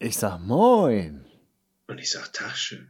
Ich sag Moin. Und ich sag Tagschön.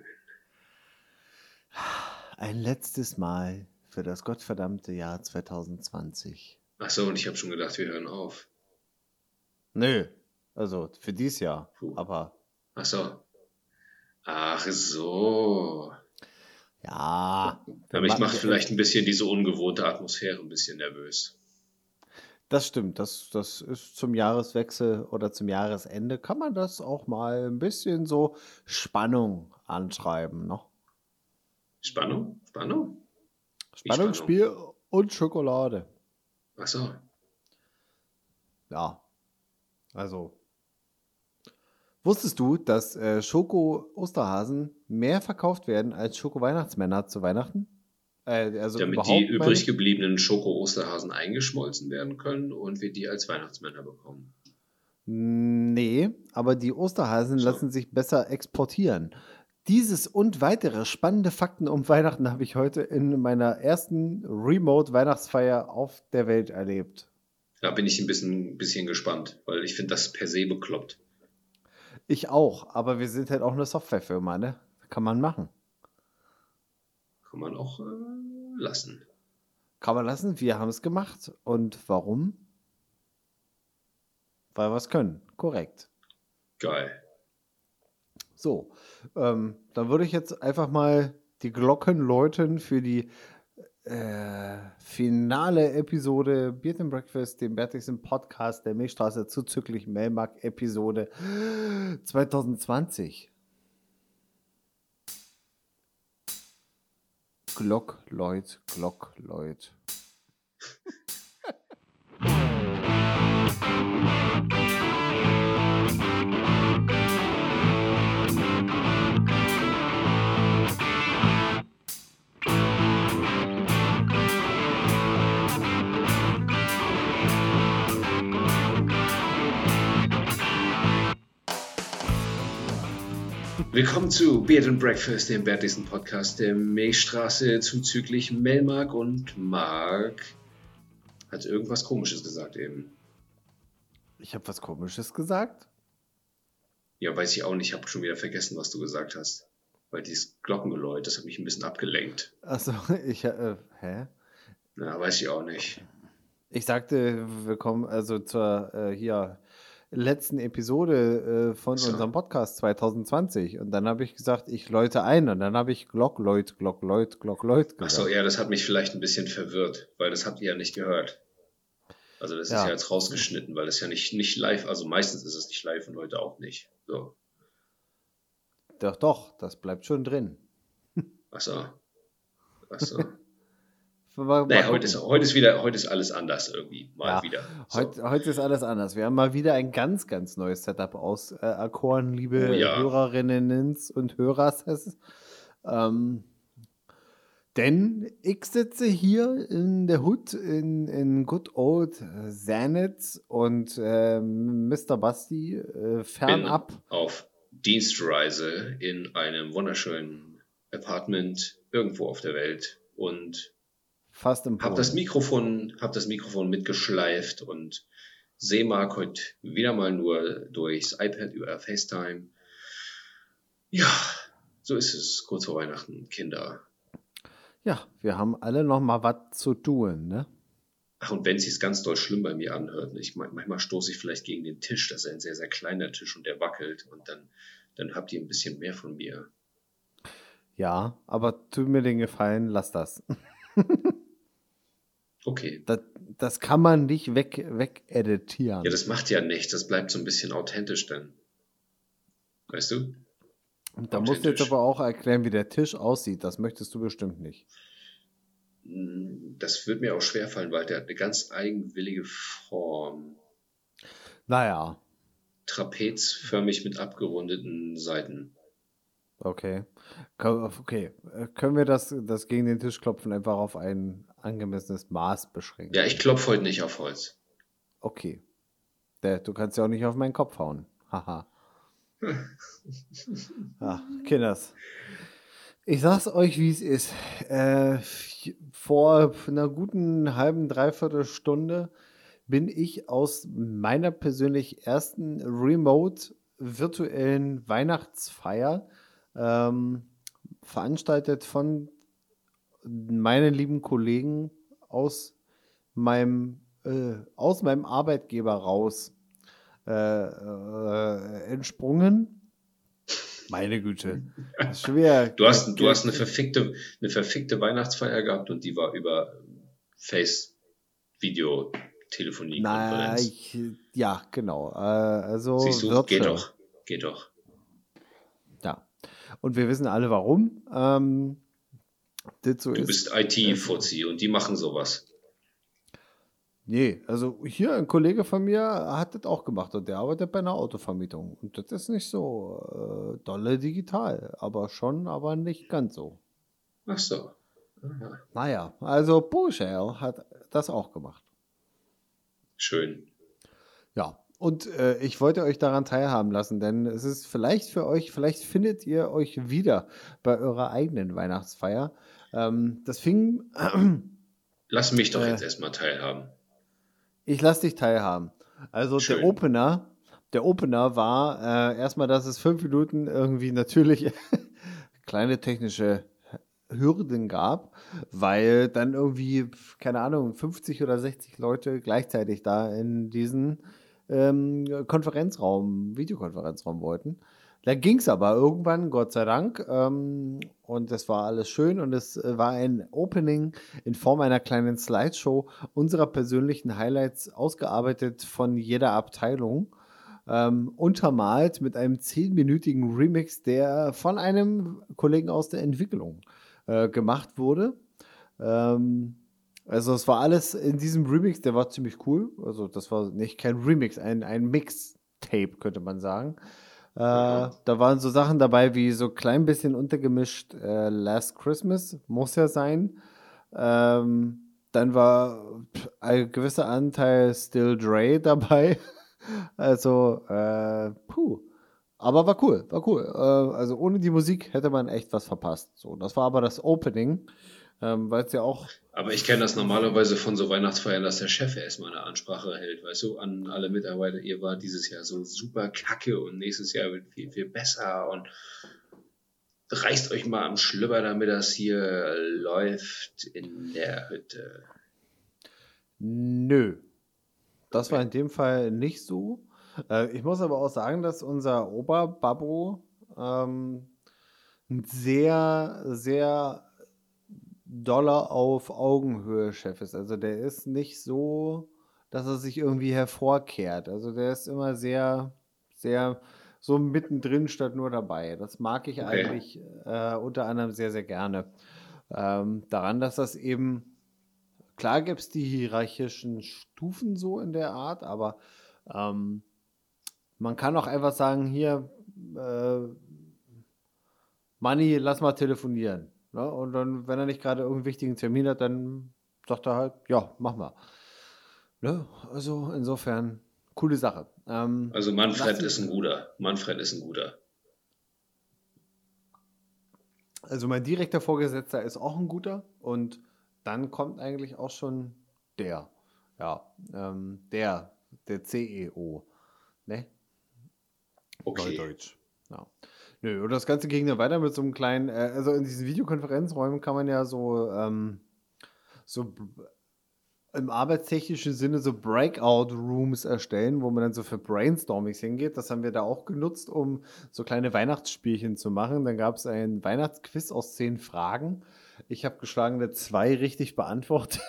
Ein letztes Mal für das gottverdammte Jahr 2020. Ach so, und ich habe schon gedacht, wir hören auf. Nö, also für dieses Jahr. Puh. Aber Ach so. Ach so. ja, Aber ich mache vielleicht ein bisschen diese ungewohnte Atmosphäre ein bisschen nervös. das stimmt. Das ist zum Jahreswechsel oder zum Jahresende kann man das auch mal ein bisschen so Spannung antreiben, ne? Spannung? Spannung? Wie Spannung, Spannung? Spiel und Schokolade. Ach so. Ja, also wusstest du, dass Schoko-Osterhasen mehr verkauft werden als Schoko-Weihnachtsmänner zu Weihnachten? Also Damit die überhaupt übrig gebliebenen Schoko-Osterhasen eingeschmolzen werden können und wir die als Weihnachtsmänner bekommen. Nee, aber die Osterhasen So. lassen sich besser exportieren. Dieses und weitere spannende Fakten um Weihnachten habe ich heute in meiner ersten Remote-Weihnachtsfeier auf der Welt erlebt. Da bin ich ein bisschen gespannt, weil ich finde das per se bekloppt. Ich auch, aber wir sind halt auch eine Softwarefirma, ne? Kann man machen. Kann man auch lassen. Kann man lassen, wir haben es gemacht. Und warum? Weil wir es können, korrekt. Geil. So, dann würde ich jetzt einfach mal die Glocken läuten für die finale Episode Beard and Breakfast, dem wertigsten Podcast der Milchstraße zuzüglich Melmark-Episode 2020. Glockleut, Glockleut. Willkommen zu Beard and Breakfast, dem wertigsten Podcast der Milchstraße zuzüglich Melmark. Und Marc hat irgendwas Komisches gesagt eben. Ich habe was Komisches gesagt? Ja, weiß ich auch nicht. Ich habe schon wieder vergessen, was du gesagt hast. Weil dieses Glockengeläut, das hat mich ein bisschen abgelenkt. Achso, hä? Na, weiß ich auch nicht. Ich sagte, willkommen also zur hier letzten Episode von So. unserem Podcast 2020. Und dann habe ich gesagt, ich läute ein. Und dann habe ich Glockleut gesagt. Ach so, ja, das hat mich vielleicht ein bisschen verwirrt, weil das habt ihr ja nicht gehört. Also das ist ja jetzt rausgeschnitten, weil das ja nicht live, also meistens ist es nicht live und heute auch nicht. So. Doch, das bleibt schon drin. Ach so. Nee, Mal heute ist alles anders irgendwie. Mal wieder. So. Heute ist alles anders. Wir haben mal wieder ein ganz, ganz neues Setup auserkoren, liebe Hörerinnen und Hörer. Denn ich sitze hier in der Hood in Good Old Sanitz und Mr. Basti fernab. Bin auf Dienstreise in einem wunderschönen Apartment irgendwo auf der Welt und fast im hab das Mikrofon mitgeschleift und sehe Marc heute wieder mal nur durchs iPad über FaceTime. Ja, so ist es kurz vor Weihnachten, Kinder. Ja, wir haben alle noch mal was zu tun, ne? Ach, und wenn es sich ganz doll schlimm bei mir anhört, ne? Manchmal stoße ich vielleicht gegen den Tisch, das ist ein sehr, sehr kleiner Tisch und der wackelt und dann habt ihr ein bisschen mehr von mir. Ja, aber tu mir den Gefallen, lass das. Okay. Das kann man nicht wegeditieren. Ja, das macht ja nichts, das bleibt so ein bisschen authentisch dann. Weißt du? Und da musst du jetzt aber auch erklären, wie der Tisch aussieht. Das möchtest du bestimmt nicht. Das wird mir auch schwerfallen, weil der hat eine ganz eigenwillige Form. Naja. Trapezförmig mit abgerundeten Seiten. Okay. Können wir das gegen den Tisch klopfen einfach auf ein angemessenes Maß beschränken? Ja, ich klopfe heute nicht auf Holz. Okay. Du kannst ja auch nicht auf meinen Kopf hauen. Haha. Ach, Kinders. Ich sag's euch, wie es ist. Vor einer guten halben, dreiviertel Stunde bin ich aus meiner persönlich ersten Remote virtuellen Weihnachtsfeier, ähm, veranstaltet von meinen lieben Kollegen aus meinem Arbeitgeber raus entsprungen. Meine Güte. Das ist schon wieder Du hast eine verfickte Weihnachtsfeier gehabt und die war über na, Face-Videotelefonie-Konferenz. ja, genau. Siehst Also du? Geht Virtual. doch. Geht doch. Ja. Und wir wissen alle warum. Das so Du ist. bist Es, IT-Fuzzi und die machen sowas. nee, also hier ein Kollege von mir hat das auch gemacht und der arbeitet bei einer Autovermietung. Und das ist nicht so dolle digital, aber nicht ganz so. Ach so. Aha. Naja, also Bushel hat das auch gemacht. Schön. Ja, und ich wollte euch daran teilhaben lassen, denn es ist vielleicht für euch, vielleicht findet ihr euch wieder bei eurer eigenen Weihnachtsfeier. Das fing, Lass mich doch äh, jetzt erstmal teilhaben. ich lasse dich teilhaben. Also Schön. Der Opener war erstmal, dass es 5 Minuten irgendwie natürlich kleine technische Hürden gab, weil dann irgendwie, keine Ahnung, 50 oder 60 Leute gleichzeitig da in diesen Videokonferenzraum wollten. Da ging es aber irgendwann, Gott sei Dank, und es war alles schön und es war ein Opening in Form einer kleinen Slideshow unserer persönlichen Highlights ausgearbeitet von jeder Abteilung, untermalt mit einem 10-minütigen Remix, der von einem Kollegen aus der Entwicklung gemacht wurde. Ähm, also es war alles in diesem Remix, der war ziemlich cool. Also das war nicht kein Remix, ein Mixtape, könnte man sagen. Aha. Da waren so Sachen dabei wie so klein bisschen untergemischt Last Christmas, muss ja sein. Dann war ein gewisser Anteil Still Dre dabei. Also, puh. Aber war cool, war cool. Also ohne die Musik hätte man echt was verpasst. So, das war aber das Opening, weil es ja auch. Aber ich kenne das normalerweise von so Weihnachtsfeiern, dass der Chef erstmal eine Ansprache hält, weißt du, an alle Mitarbeiter. Ihr war dieses Jahr so super kacke und nächstes Jahr wird viel, viel besser und reißt euch mal am Schlüpper, damit das hier läuft in der Hütte. Nö, das war Okay. in dem Fall nicht so. Ich muss aber auch sagen, dass unser Oberbabbo ein sehr, sehr doller auf Augenhöhe Chef ist. Also der ist nicht so, dass er sich irgendwie hervorkehrt. Also der ist immer sehr, sehr so mittendrin statt nur dabei. Das mag ich Okay. eigentlich unter anderem sehr, sehr gerne. Daran, dass das eben, klar gibt es die hierarchischen Stufen so in der Art, aber ähm, man kann auch einfach sagen, hier, äh, Manni, lass mal telefonieren. Ne? Und dann, wenn er nicht gerade irgendeinen wichtigen Termin hat, dann sagt er halt, ja, mach mal. Ne? Also insofern, coole Sache. Also Nach Manfred dem, ist ein guter. Manfred ist ein guter. also mein direkter Vorgesetzter ist auch ein guter und dann kommt eigentlich auch schon der, ja, der CEO, ne? Okay. Neudeutsch. Ja. Nö, und das Ganze ging dann weiter mit so einem kleinen, also in diesen Videokonferenzräumen kann man ja so im arbeitstechnischen Sinne so Breakout-Rooms erstellen, wo man dann so für Brainstormings hingeht. Das haben wir da auch genutzt, um so kleine Weihnachtsspielchen zu machen. Dann gab es ein Weihnachtsquiz aus 10 Fragen. Ich habe geschlagene 2 richtig beantwortet.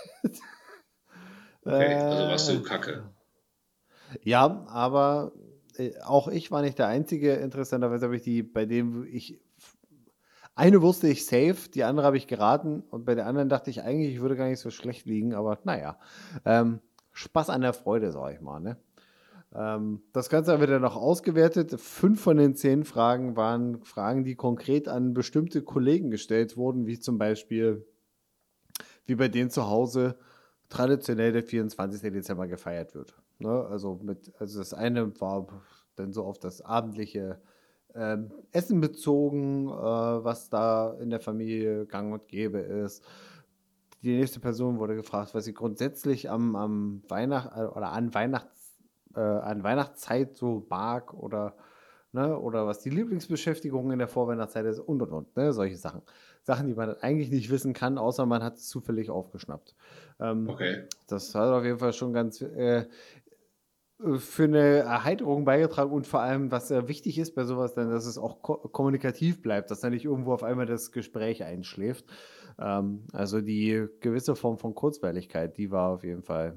Okay. Also warst äh, du kacke. ja, aber auch ich war nicht der Einzige. Interessanterweise habe ich die, bei dem ich eine wusste ich safe, die andere habe ich geraten und bei der anderen dachte ich eigentlich, ich würde gar nicht so schlecht liegen, aber naja. Spaß an der Freude, sag ich mal, ne? Das Ganze haben wir dann noch ausgewertet. 5 von den 10 Fragen waren Fragen, die konkret an bestimmte Kollegen gestellt wurden, wie zum Beispiel, wie bei denen zu Hause traditionell der 24. Dezember gefeiert wird. Ne? Also das eine war dann so auf das abendliche Essen bezogen, was da in der Familie gang und gäbe ist. Die nächste Person wurde gefragt, was sie grundsätzlich am Weihnacht oder an Weihnachtszeit so mag oder ne? Oder was die Lieblingsbeschäftigung in der Vorweihnachtszeit ist und, ne? Solche Sachen. Sachen, die man eigentlich nicht wissen kann, außer man hat es zufällig aufgeschnappt. Ähm, Okay. Das hat auf jeden Fall schon ganz für eine Erheiterung beigetragen und vor allem, was sehr wichtig ist bei sowas, dann, dass es auch kommunikativ bleibt, dass da nicht irgendwo auf einmal das Gespräch einschläft. Also die gewisse Form von Kurzweiligkeit, die war auf jeden Fall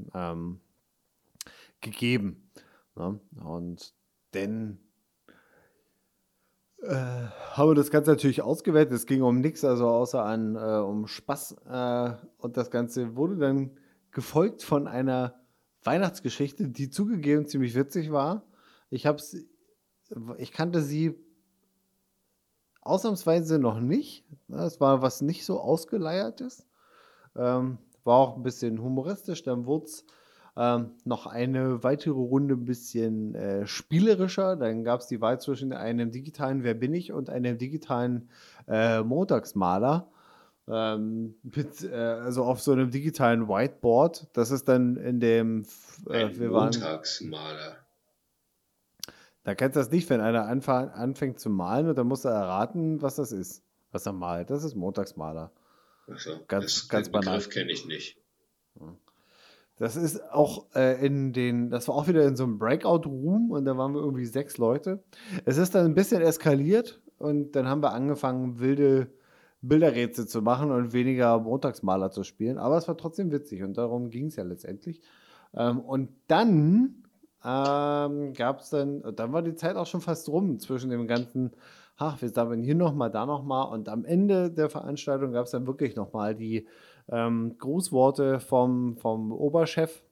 gegeben. Ne? Und dann haben wir das Ganze natürlich ausgewählt. Es ging um nichts, also außer um Spaß. Und das Ganze wurde dann gefolgt von einer Weihnachtsgeschichte, die zugegeben ziemlich witzig war. Ich hab's, ich kannte sie ausnahmsweise noch nicht. Es war was nicht so ausgeleiertes. War auch ein bisschen humoristisch. Dann wurde es noch eine weitere Runde ein bisschen spielerischer. Dann gab es die Wahl zwischen einem digitalen Wer bin ich und einem digitalen Montagsmaler. Also auf so einem digitalen Whiteboard. Das ist dann in dem, Ein wir waren, Montagsmaler. da kennst du das nicht, wenn einer anfängt zu malen und dann muss er erraten, was das ist, was er malt. Das ist Montagsmaler. Achso, Ganz, den ganz banal. Begriff kenne ich nicht. Das ist auch das war auch wieder in so einem Breakout-Room und da waren wir irgendwie 6 Leute. Es ist dann ein bisschen eskaliert und dann haben wir angefangen, wilde Bilderrätsel zu machen und weniger Montagsmaler zu spielen. Aber es war trotzdem witzig und darum ging es ja letztendlich. Und dann gab es dann war die Zeit auch schon fast rum zwischen dem ganzen, ach, wir sammeln hier nochmal, da nochmal. Und am Ende der Veranstaltung gab es dann wirklich nochmal die Grußworte vom Oberchef,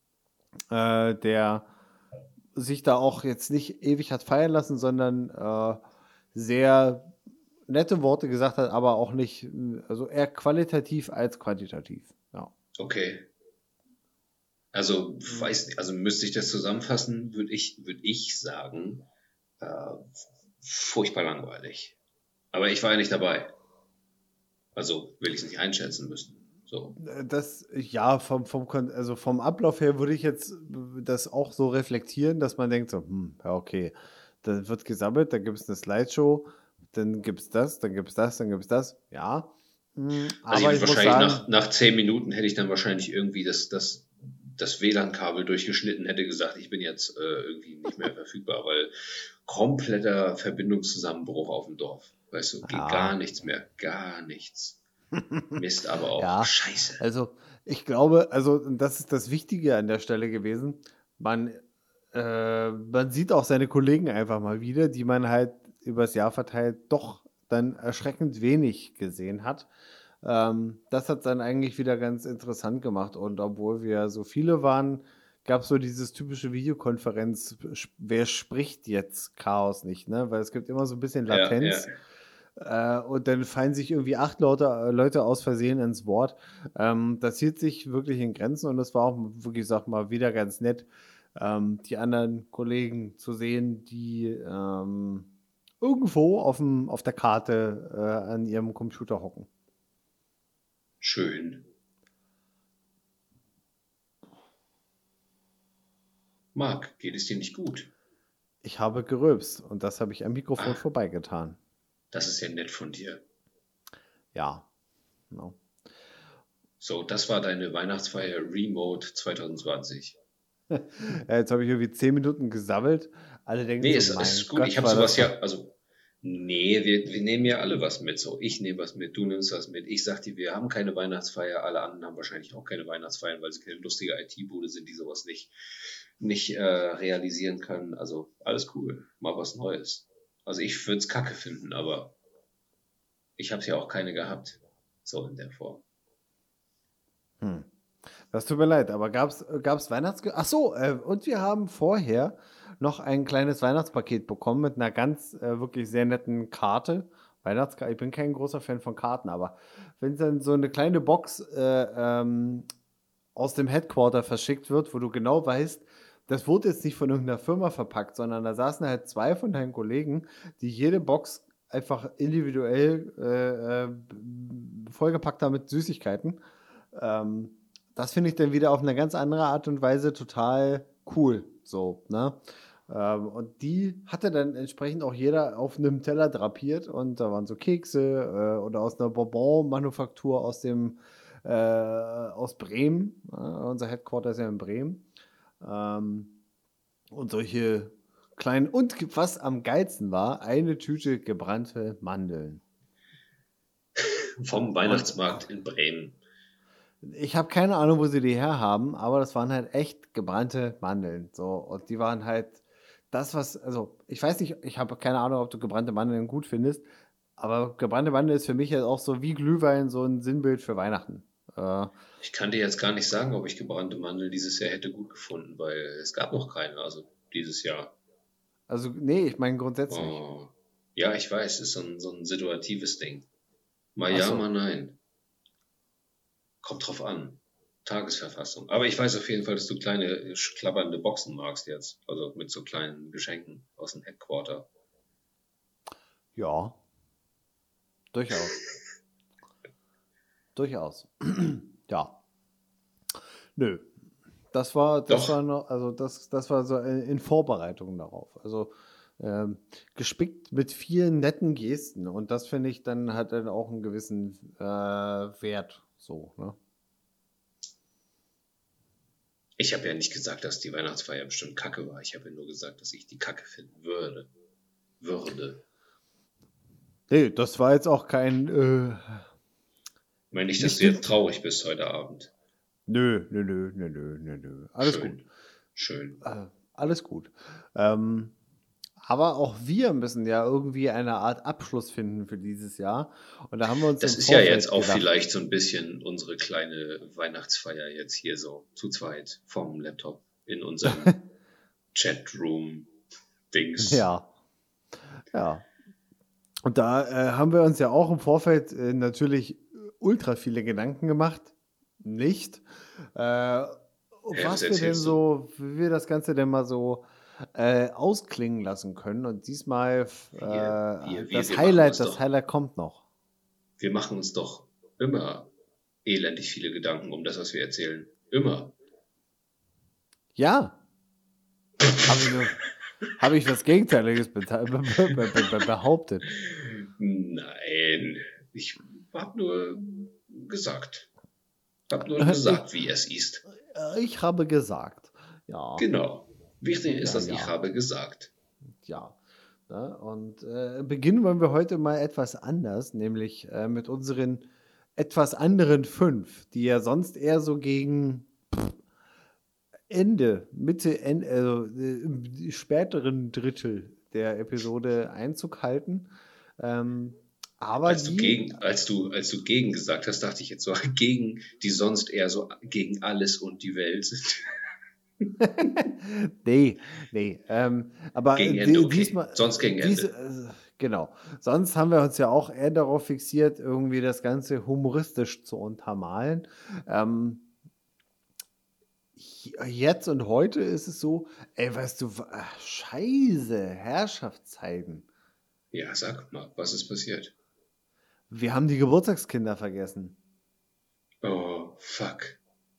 der sich da auch jetzt nicht ewig hat feiern lassen, sondern sehr nette Worte gesagt hat, aber auch nicht, also eher qualitativ als quantitativ. Ja. Okay. Also, also müsste ich das zusammenfassen, würde ich sagen, äh, furchtbar langweilig. Aber ich war ja nicht dabei. Also will ich es nicht einschätzen müssen. So. Ja, also vom Ablauf her würde ich jetzt das auch so reflektieren, dass man denkt so, ja, okay, dann wird gesammelt, dann gibt es eine Slideshow, dann gibt es das, dann gibt es das, dann gibt es das. Ja, Also aber ich ich würde muss wahrscheinlich sagen, nach 10 Minuten hätte ich dann wahrscheinlich irgendwie das WLAN-Kabel durchgeschnitten, hätte gesagt, ich bin jetzt irgendwie nicht mehr verfügbar, weil kompletter Verbindungszusammenbruch auf dem Dorf. Weißt du, geht gar ja, nichts mehr, gar nichts. Mist aber auch. ja, Scheiße. also ich glaube, also das ist das Wichtige an der Stelle gewesen. Man, man sieht auch seine Kollegen einfach mal wieder, die man halt übers Jahr verteilt doch dann erschreckend wenig gesehen hat. Das hat dann eigentlich wieder ganz interessant gemacht. Und obwohl wir so viele waren, gab es so dieses typische Videokonferenz, wer spricht jetzt Chaos nicht, ne? Weil es gibt immer so ein bisschen Ja, ja. Latenz. Und dann fallen sich irgendwie 8 Leute aus Versehen ins Wort. Das hielt sich wirklich in Grenzen und es war auch wirklich, sag mal, wieder ganz nett, die anderen Kollegen zu sehen, die irgendwo auf der Karte an ihrem Computer hocken. Schön. Marc, geht es dir nicht gut? Ich habe gerülpst und das habe ich am Mikrofon Ah, vorbeigetan. das ist ja nett von dir. Ja, genau. So, das war deine Weihnachtsfeier Remote 2020. Jetzt habe ich irgendwie 10 Minuten gesammelt. Alle denken Nee, so, es mein ist gut. Ich Gott, habe war das sowas ver... ja, also, nee, wir nehmen ja alle was mit. So, ich nehme was mit, du nimmst was mit. Ich sag dir, wir haben keine Weihnachtsfeier. Alle anderen haben wahrscheinlich auch keine Weihnachtsfeiern, weil sie keine lustige IT-Bude sind, die sowas nicht realisieren können. Also, alles cool. Mal was Neues. Also, ich würde es kacke finden, aber ich habe ja auch keine gehabt. So in der Form. Hm. Das tut mir leid, aber gab's Ach so, und wir haben vorher noch ein kleines Weihnachtspaket bekommen mit einer ganz wirklich sehr netten Karte. Weihnachtskarte, ich bin kein großer Fan von Karten, aber wenn dann so eine kleine Box aus dem Headquarter verschickt wird, wo du genau weißt, das wurde jetzt nicht von irgendeiner Firma verpackt, sondern da saßen halt 2 von deinen Kollegen, die jede Box einfach individuell vollgepackt haben mit Süßigkeiten. Das finde ich dann wieder auf eine ganz andere Art und Weise total cool. So, ne? Und die hatte dann entsprechend auch jeder auf einem Teller drapiert und da waren so Kekse oder aus einer Bourbon-Manufaktur aus Bremen. Unser Headquarter ist ja in Bremen. Ähm, und solche kleinen, und was am geilsten war, eine Tüte gebrannte Mandeln. Vom Weihnachtsmarkt in Bremen. Ich habe keine Ahnung, wo sie die herhaben, aber das waren halt echt gebrannte Mandeln. So, und die waren halt also ich weiß nicht, ich habe keine Ahnung, ob du gebrannte Mandeln gut findest, aber gebrannte Mandeln ist für mich halt auch so wie Glühwein so ein Sinnbild für Weihnachten. Äh, Ich kann dir jetzt gar nicht sagen, ob ich gebrannte Mandeln dieses Jahr hätte gut gefunden, weil es gab noch keine, also dieses Jahr. also, nee, ich meine grundsätzlich. Oh. Ja, ich weiß, ist so ein situatives Ding. Mal Ach ja, so. mal nein. Kommt drauf an. Tagesverfassung. Aber ich weiß auf jeden Fall, dass du kleine klappernde Boxen magst jetzt. Also mit so kleinen Geschenken aus dem Headquarter. Ja, durchaus. Durchaus. Ja. Nö. Das war Doch, noch, also das war so in Vorbereitung darauf. Also gespickt mit vielen netten Gesten und das finde ich dann hat dann auch einen gewissen Wert. So, ne? ich habe ja nicht gesagt, dass die Weihnachtsfeier bestimmt kacke war. Ich habe ja nur gesagt, dass ich die kacke finden würde. Würde. Nee, das war jetzt auch kein Ich meine nicht, dass nicht du jetzt wild. traurig bist heute Abend. Nö. Alles gut. Schön. Schön. Alles gut. Ähm, aber auch wir müssen ja irgendwie eine Art Abschluss finden für dieses Jahr. Und da haben wir uns Das im ist ja jetzt Vorfeld auch gedacht, vielleicht so ein bisschen unsere kleine Weihnachtsfeier jetzt hier so zu zweit vom Laptop in unserem Chatroom-Dings. ja, ja. Und da haben wir uns ja auch im Vorfeld natürlich ultra viele Gedanken gemacht. Nicht. Äh, Hä, was was wir denn erzählst du? so, wie wir das Ganze denn mal so ausklingen lassen können. Und diesmal Wir machen uns Das doch, Highlight kommt noch. wir machen uns doch immer elendig viele Gedanken um das, was wir erzählen. Immer. Ja, habe ich was Gegenteiliges behauptet. Nein, ich hab nur gesagt. Hab nur Ich, gesagt, wie es ist. ich habe gesagt. Ja, Genau. Wichtig ist, dass ich ja. habe gesagt. Ja. Ne? Und beginnen wollen wir heute mal etwas anders, nämlich mit unseren etwas anderen fünf, die ja sonst eher so gegen Ende, also im späteren Drittel der Episode Einzug halten. Ähm, aber die, Als du gegen gesagt hast, dachte ich jetzt so, gegen, die sonst eher so gegen alles und die Welt sind. nee, aber Gegen Ende, okay. diesmal, Sonst gegen Ende. genau. Sonst haben wir uns ja auch eher darauf fixiert, irgendwie das Ganze humoristisch zu untermalen. Ähm, Jetzt und heute ist es so, ey, weißt du, Scheiße, Herrschaftszeiten. Ja, sag mal, was ist passiert? Wir haben die Geburtstagskinder vergessen. Oh, fuck.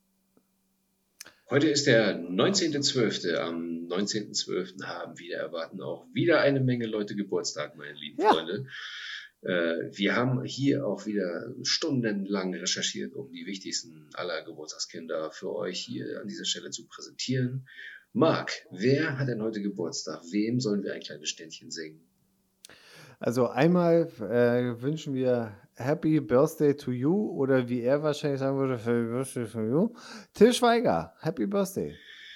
Heute ist der 19.12. Am 19.12. haben wieder erwarten auch wieder eine Menge Leute Geburtstag, meine lieben Ja, Freunde. Wir haben hier auch wieder stundenlang recherchiert, um die wichtigsten aller Geburtstagskinder für euch hier an dieser Stelle zu präsentieren. Marc, wer hat denn heute Geburtstag? Wem sollen wir ein kleines Ständchen singen? also einmal wünschen wir Happy Birthday to you oder wie er wahrscheinlich sagen würde, Happy Birthday to you. Till Schweiger, Happy Birthday.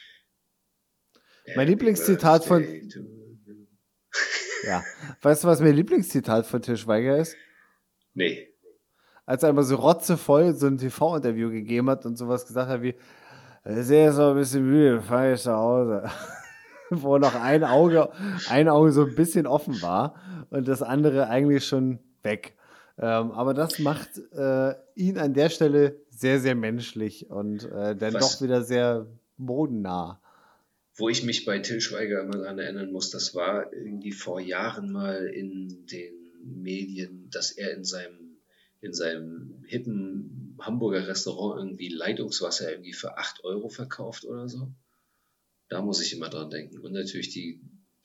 Mein Happy Lieblingszitat von, Birthday to you. ja, weißt du, was mein Lieblingszitat von Till Schweiger ist? Nee. Als er einmal so rotzevoll so ein TV-Interview gegeben hat und sowas gesagt hat wie, ich sehe jetzt noch ein bisschen müde, fahre ich nach Hause. Wo noch ein Auge so ein bisschen offen war und das andere eigentlich schon weg. Aber das macht ihn an der Stelle sehr, sehr menschlich und dann doch Was, wieder sehr bodennah. wo ich mich bei Till Schweiger immer dran erinnern muss, das war irgendwie vor Jahren mal in den Medien, dass er in seinem hippen Hamburger Restaurant irgendwie Leitungswasser irgendwie für 8 € verkauft oder so. Da muss ich immer dran denken. Und natürlich die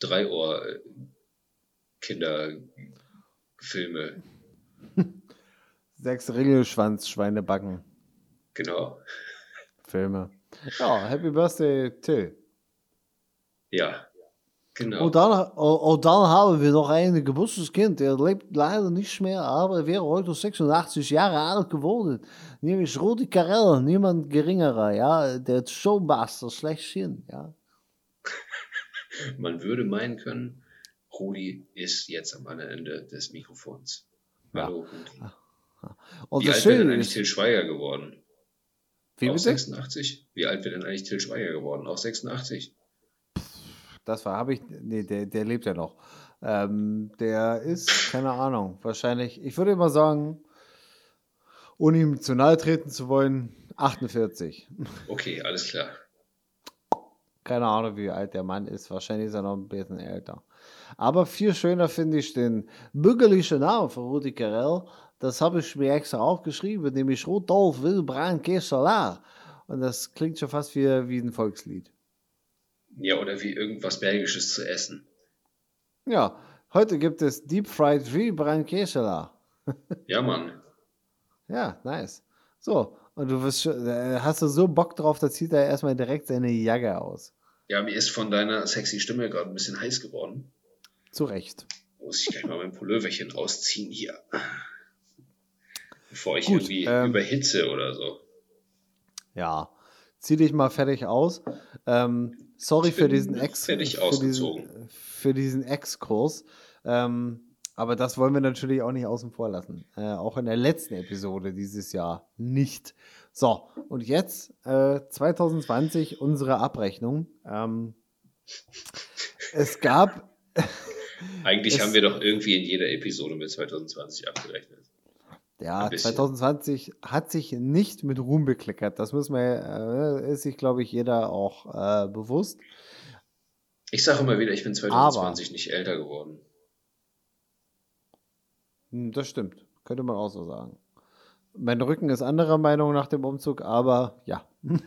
Dreiohr-Kinderfilme. 6 Ringelschwanz-Schweinebacken. Genau. Filme. Ja, Happy Birthday, Till. Ja, genau. Und dann haben wir noch ein Geburtstagskind, der lebt leider nicht mehr, aber er wäre heute 86 Jahre alt geworden. Nämlich Rudi Carrell, niemand geringerer, ja, der Showmaster schlechthin, ja. Man würde meinen können, Rudi ist jetzt am anderen Ende des Mikrofons. Hallo, Rudi. Und Wie das alt wäre denn Schöne eigentlich ist, Till Schweiger geworden? wie Auch bitte? 86? Wie alt wäre denn eigentlich Till Schweiger geworden? Auch 86? Der lebt ja noch. Der ist, keine Ahnung, wahrscheinlich, ich würde immer sagen, ohne ihm zu nahe treten zu wollen, 48. Okay, alles klar. Keine Ahnung, wie alt der Mann ist. Wahrscheinlich ist er noch ein bisschen älter. Aber viel schöner finde ich den bürgerlichen Namen von Rudi Carrell. Das habe ich mir extra aufgeschrieben, nämlich Rudolf Wilbrand Kesselaar. Und das klingt schon fast wie ein Volkslied. Ja, oder wie irgendwas Belgisches zu essen. Ja, heute gibt es Deep Fried Wilbrand Kesselaar. Ja, Mann. Ja, nice. So, und hast du so Bock drauf, da zieht er erstmal direkt seine Jacke aus. Ja, mir ist von deiner sexy Stimme gerade ein bisschen heiß geworden. Zu Recht. Muss ich gleich mal mein Pulloverchen rausziehen hier. Bevor ich Gut, irgendwie überhitze oder so. Ja, zieh dich mal fertig aus. Sorry Ich für bin diesen fertig ausgezogen. für diesen Exkurs. Aber das wollen wir natürlich auch nicht außen vor lassen. Auch in der letzten Episode dieses Jahr nicht. So, und jetzt 2020 unsere Abrechnung. Es gab. Eigentlich haben wir doch irgendwie in jeder Episode mit 2020 abgerechnet. Ja, 2020 hat sich nicht mit Ruhm bekleckert. Das ist sich, glaube ich, jeder auch bewusst. Ich sage immer wieder, ich bin 2020 nicht älter geworden. Das stimmt. Könnte man auch so sagen. Mein Rücken ist anderer Meinung nach dem Umzug, aber ja.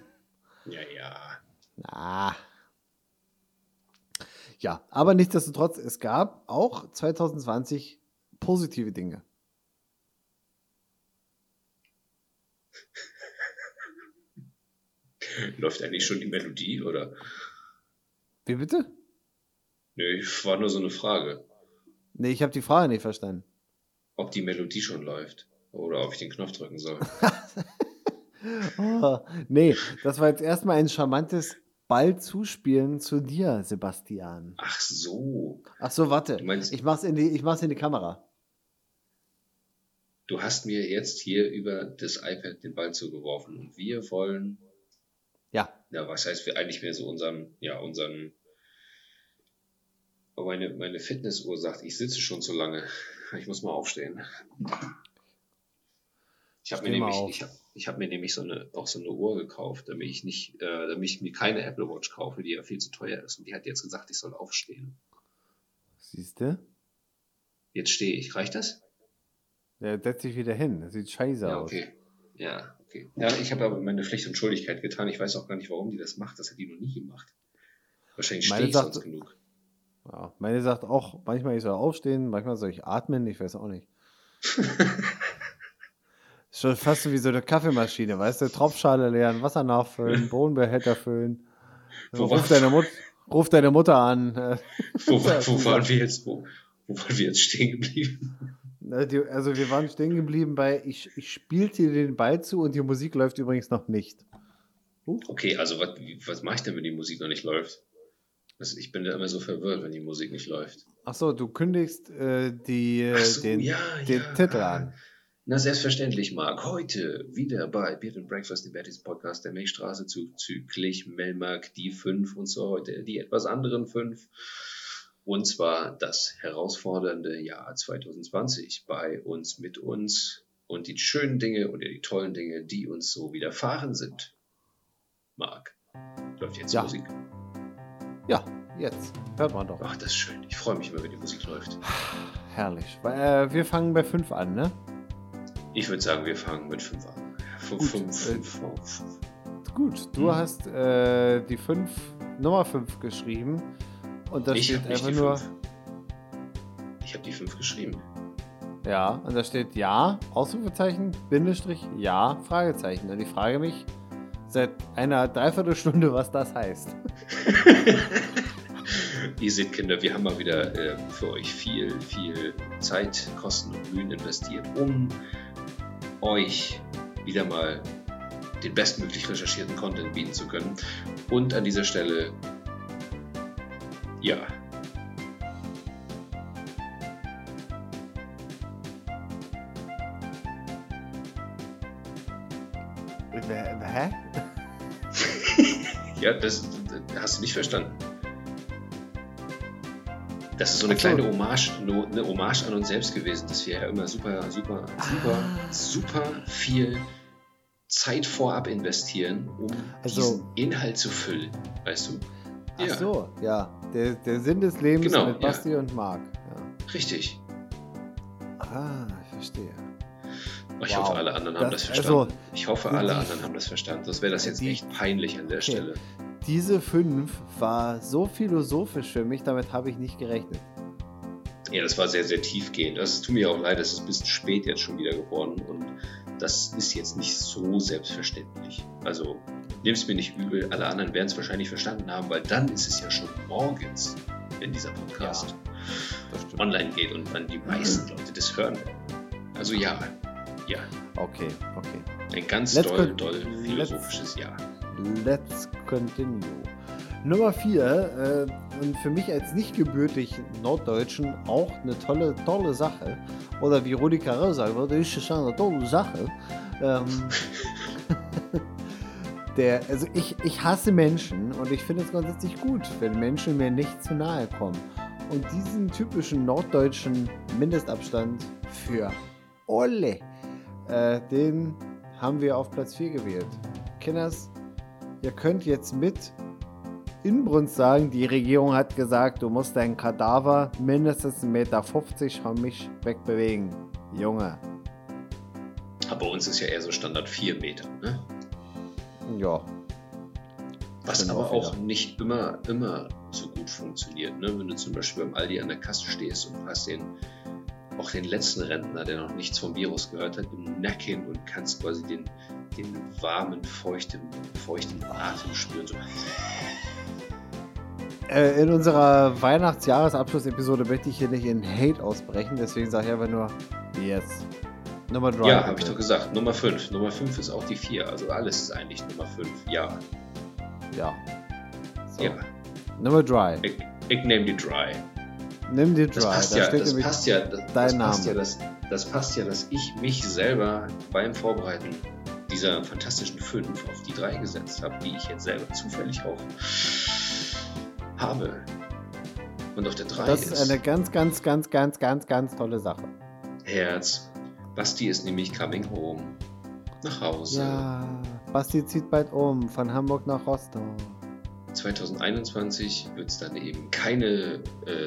Ja. Ja, aber nichtsdestotrotz, es gab auch 2020 positive Dinge. Läuft eigentlich schon die Melodie, oder? Wie bitte? Nö, war nur so eine Frage. Nee, ich habe die Frage nicht verstanden. Ob die Melodie schon läuft oder ob ich den Knopf drücken soll. Nee, das war jetzt erstmal ein charmantes Ball-Zuspielen zu dir, Sebastian. Ach so. Ach so, warte. Du meinst, ich mach's in die Kamera. Du hast mir jetzt hier über das iPad den Ball zugeworfen und wir wollen. Ja. Ja, was heißt wir eigentlich mehr so unseren. Aber meine Fitnessuhr sagt, ich sitze schon zu lange. Ich muss mal aufstehen. Ich habe mir nämlich so eine Uhr gekauft, damit ich mir keine Apple Watch kaufe, die ja viel zu teuer ist. Und die hat jetzt gesagt, ich soll aufstehen. Siehst du? Jetzt stehe ich. Reicht das? Der setzt sich wieder hin. Das sieht scheiße aus. Ja, okay. Ja, ich habe aber meine Pflicht und Schuldigkeit getan. Ich weiß auch gar nicht, warum die das macht. Das hat die noch nie gemacht. Wahrscheinlich stehe ich sonst genug. Ja, meine sagt auch, manchmal ich soll aufstehen, manchmal soll ich atmen, ich weiß auch nicht. Ist schon fast so wie so eine Kaffeemaschine, weißt du? Tropfschale leeren, Wasser nachfüllen, Bohnenbehälter füllen. Ruf deine Mutter an. Wo waren wir jetzt stehen geblieben? Also wir waren stehen geblieben bei, ich spielte dir den Ball zu und die Musik läuft übrigens noch nicht. Okay, also was mache ich denn, wenn die Musik noch nicht läuft? Also ich bin da immer so verwirrt, wenn die Musik nicht läuft. Achso, du kündigst den Titel an. Na, selbstverständlich, Marc. Heute wieder bei Beard and Breakfast, dem Bertis Podcast der Milchstraße zuzüglich Melmark, die 5 und so heute die etwas anderen 5. Und zwar das herausfordernde Jahr 2020 bei uns, mit uns und die schönen Dinge oder die tollen Dinge, die uns so widerfahren sind. Marc, läuft jetzt die Musik? Ja, jetzt. Hört man doch. Ach, das ist schön. Ich freue mich immer, wenn die Musik läuft. Herrlich. Wir fangen bei 5 an, ne? Ich würde sagen, wir fangen mit 5 an. 5. Gut, du hast die 5 Nummer 5 geschrieben. Und da Ich steht habe nicht einfach die nur, 5. Ich habe die 5 geschrieben. ja, und da steht ja, Ausrufezeichen, Bindestrich, ja, Fragezeichen. Und ich frage mich seit einer Dreiviertelstunde, was das heißt. Ihr seht, Kinder, wir haben mal wieder für euch viel Zeit, Kosten und Mühen investiert, um euch wieder mal den bestmöglich recherchierten Content bieten zu können. Und an dieser Stelle, ja. Hä? Ja, das hast du nicht verstanden. Das ist so eine Ach so. kleine Hommage, eine Hommage an uns selbst gewesen, dass wir ja immer super viel Zeit vorab investieren, um diesen Inhalt zu füllen, weißt du? Ach so, ja. Der Sinn des Lebens Genau, mit Basti und Marc. Ja. Richtig. Ah, ich verstehe. Ich hoffe, alle anderen haben das verstanden. Ich hoffe, alle anderen haben das verstanden. Sonst wäre das jetzt echt peinlich an der Stelle. Diese 5 war so philosophisch für mich, damit habe ich nicht gerechnet. Ja, das war sehr, sehr tiefgehend. Das tut mir auch leid, es ist ein bisschen spät jetzt schon wieder geworden und das ist jetzt nicht so selbstverständlich. Also, nimm es mir nicht übel, alle anderen werden es wahrscheinlich verstanden haben, weil dann ist es ja schon morgens, wenn dieser Podcast online geht und dann die meisten Leute das hören werden. Also ja. Okay. Ein ganz doll philosophisches Ja. Let's continue. Nummer 4, und für mich als nicht gebürtig Norddeutschen auch eine tolle Sache. Oder wie Rudi Carrell sagen würde, ist schon eine tolle Sache. Also ich hasse Menschen und ich finde es grundsätzlich gut, wenn Menschen mir nicht zu nahe kommen. Und diesen typischen norddeutschen Mindestabstand für alle, den haben wir auf Platz 4 gewählt. Kinders, ihr könnt jetzt mit Inbrunst sagen, die Regierung hat gesagt, du musst deinen Kadaver mindestens 1,50 Meter von mich wegbewegen. Junge. Aber bei uns ist ja eher so Standard 4 Meter, ne? Ja. Was aber auch nicht immer so gut funktioniert, ne? Wenn du zum Beispiel beim Aldi an der Kasse stehst und du hast auch den letzten Rentner, der noch nichts vom Virus gehört hat, im Nacken und kannst quasi den warmen, feuchten Atem spüren. So. In unserer Weihnachts-Jahresabschluss-Episode möchte ich hier nicht in Hate ausbrechen, deswegen sage ich einfach nur yes. Nummer 3. Ja, habe ich doch gesagt. Nummer 5. Nummer 5 ist auch die 4. Also alles ist eigentlich Nummer 5. Ja. So. Ja. Nummer 3. Ich nehme die 3. Nimm die 3. Das passt ja, dass ich mich selber beim Vorbereiten dieser fantastischen 5 auf die 3 gesetzt habe, die ich jetzt selber zufällig auch habe. Und auf der 3 Das ist eine ganz tolle Sache. Herz. Basti ist nämlich coming home. Nach Hause. Ja, Basti zieht bald um, von Hamburg nach Rostock. 2021 wird es dann eben keine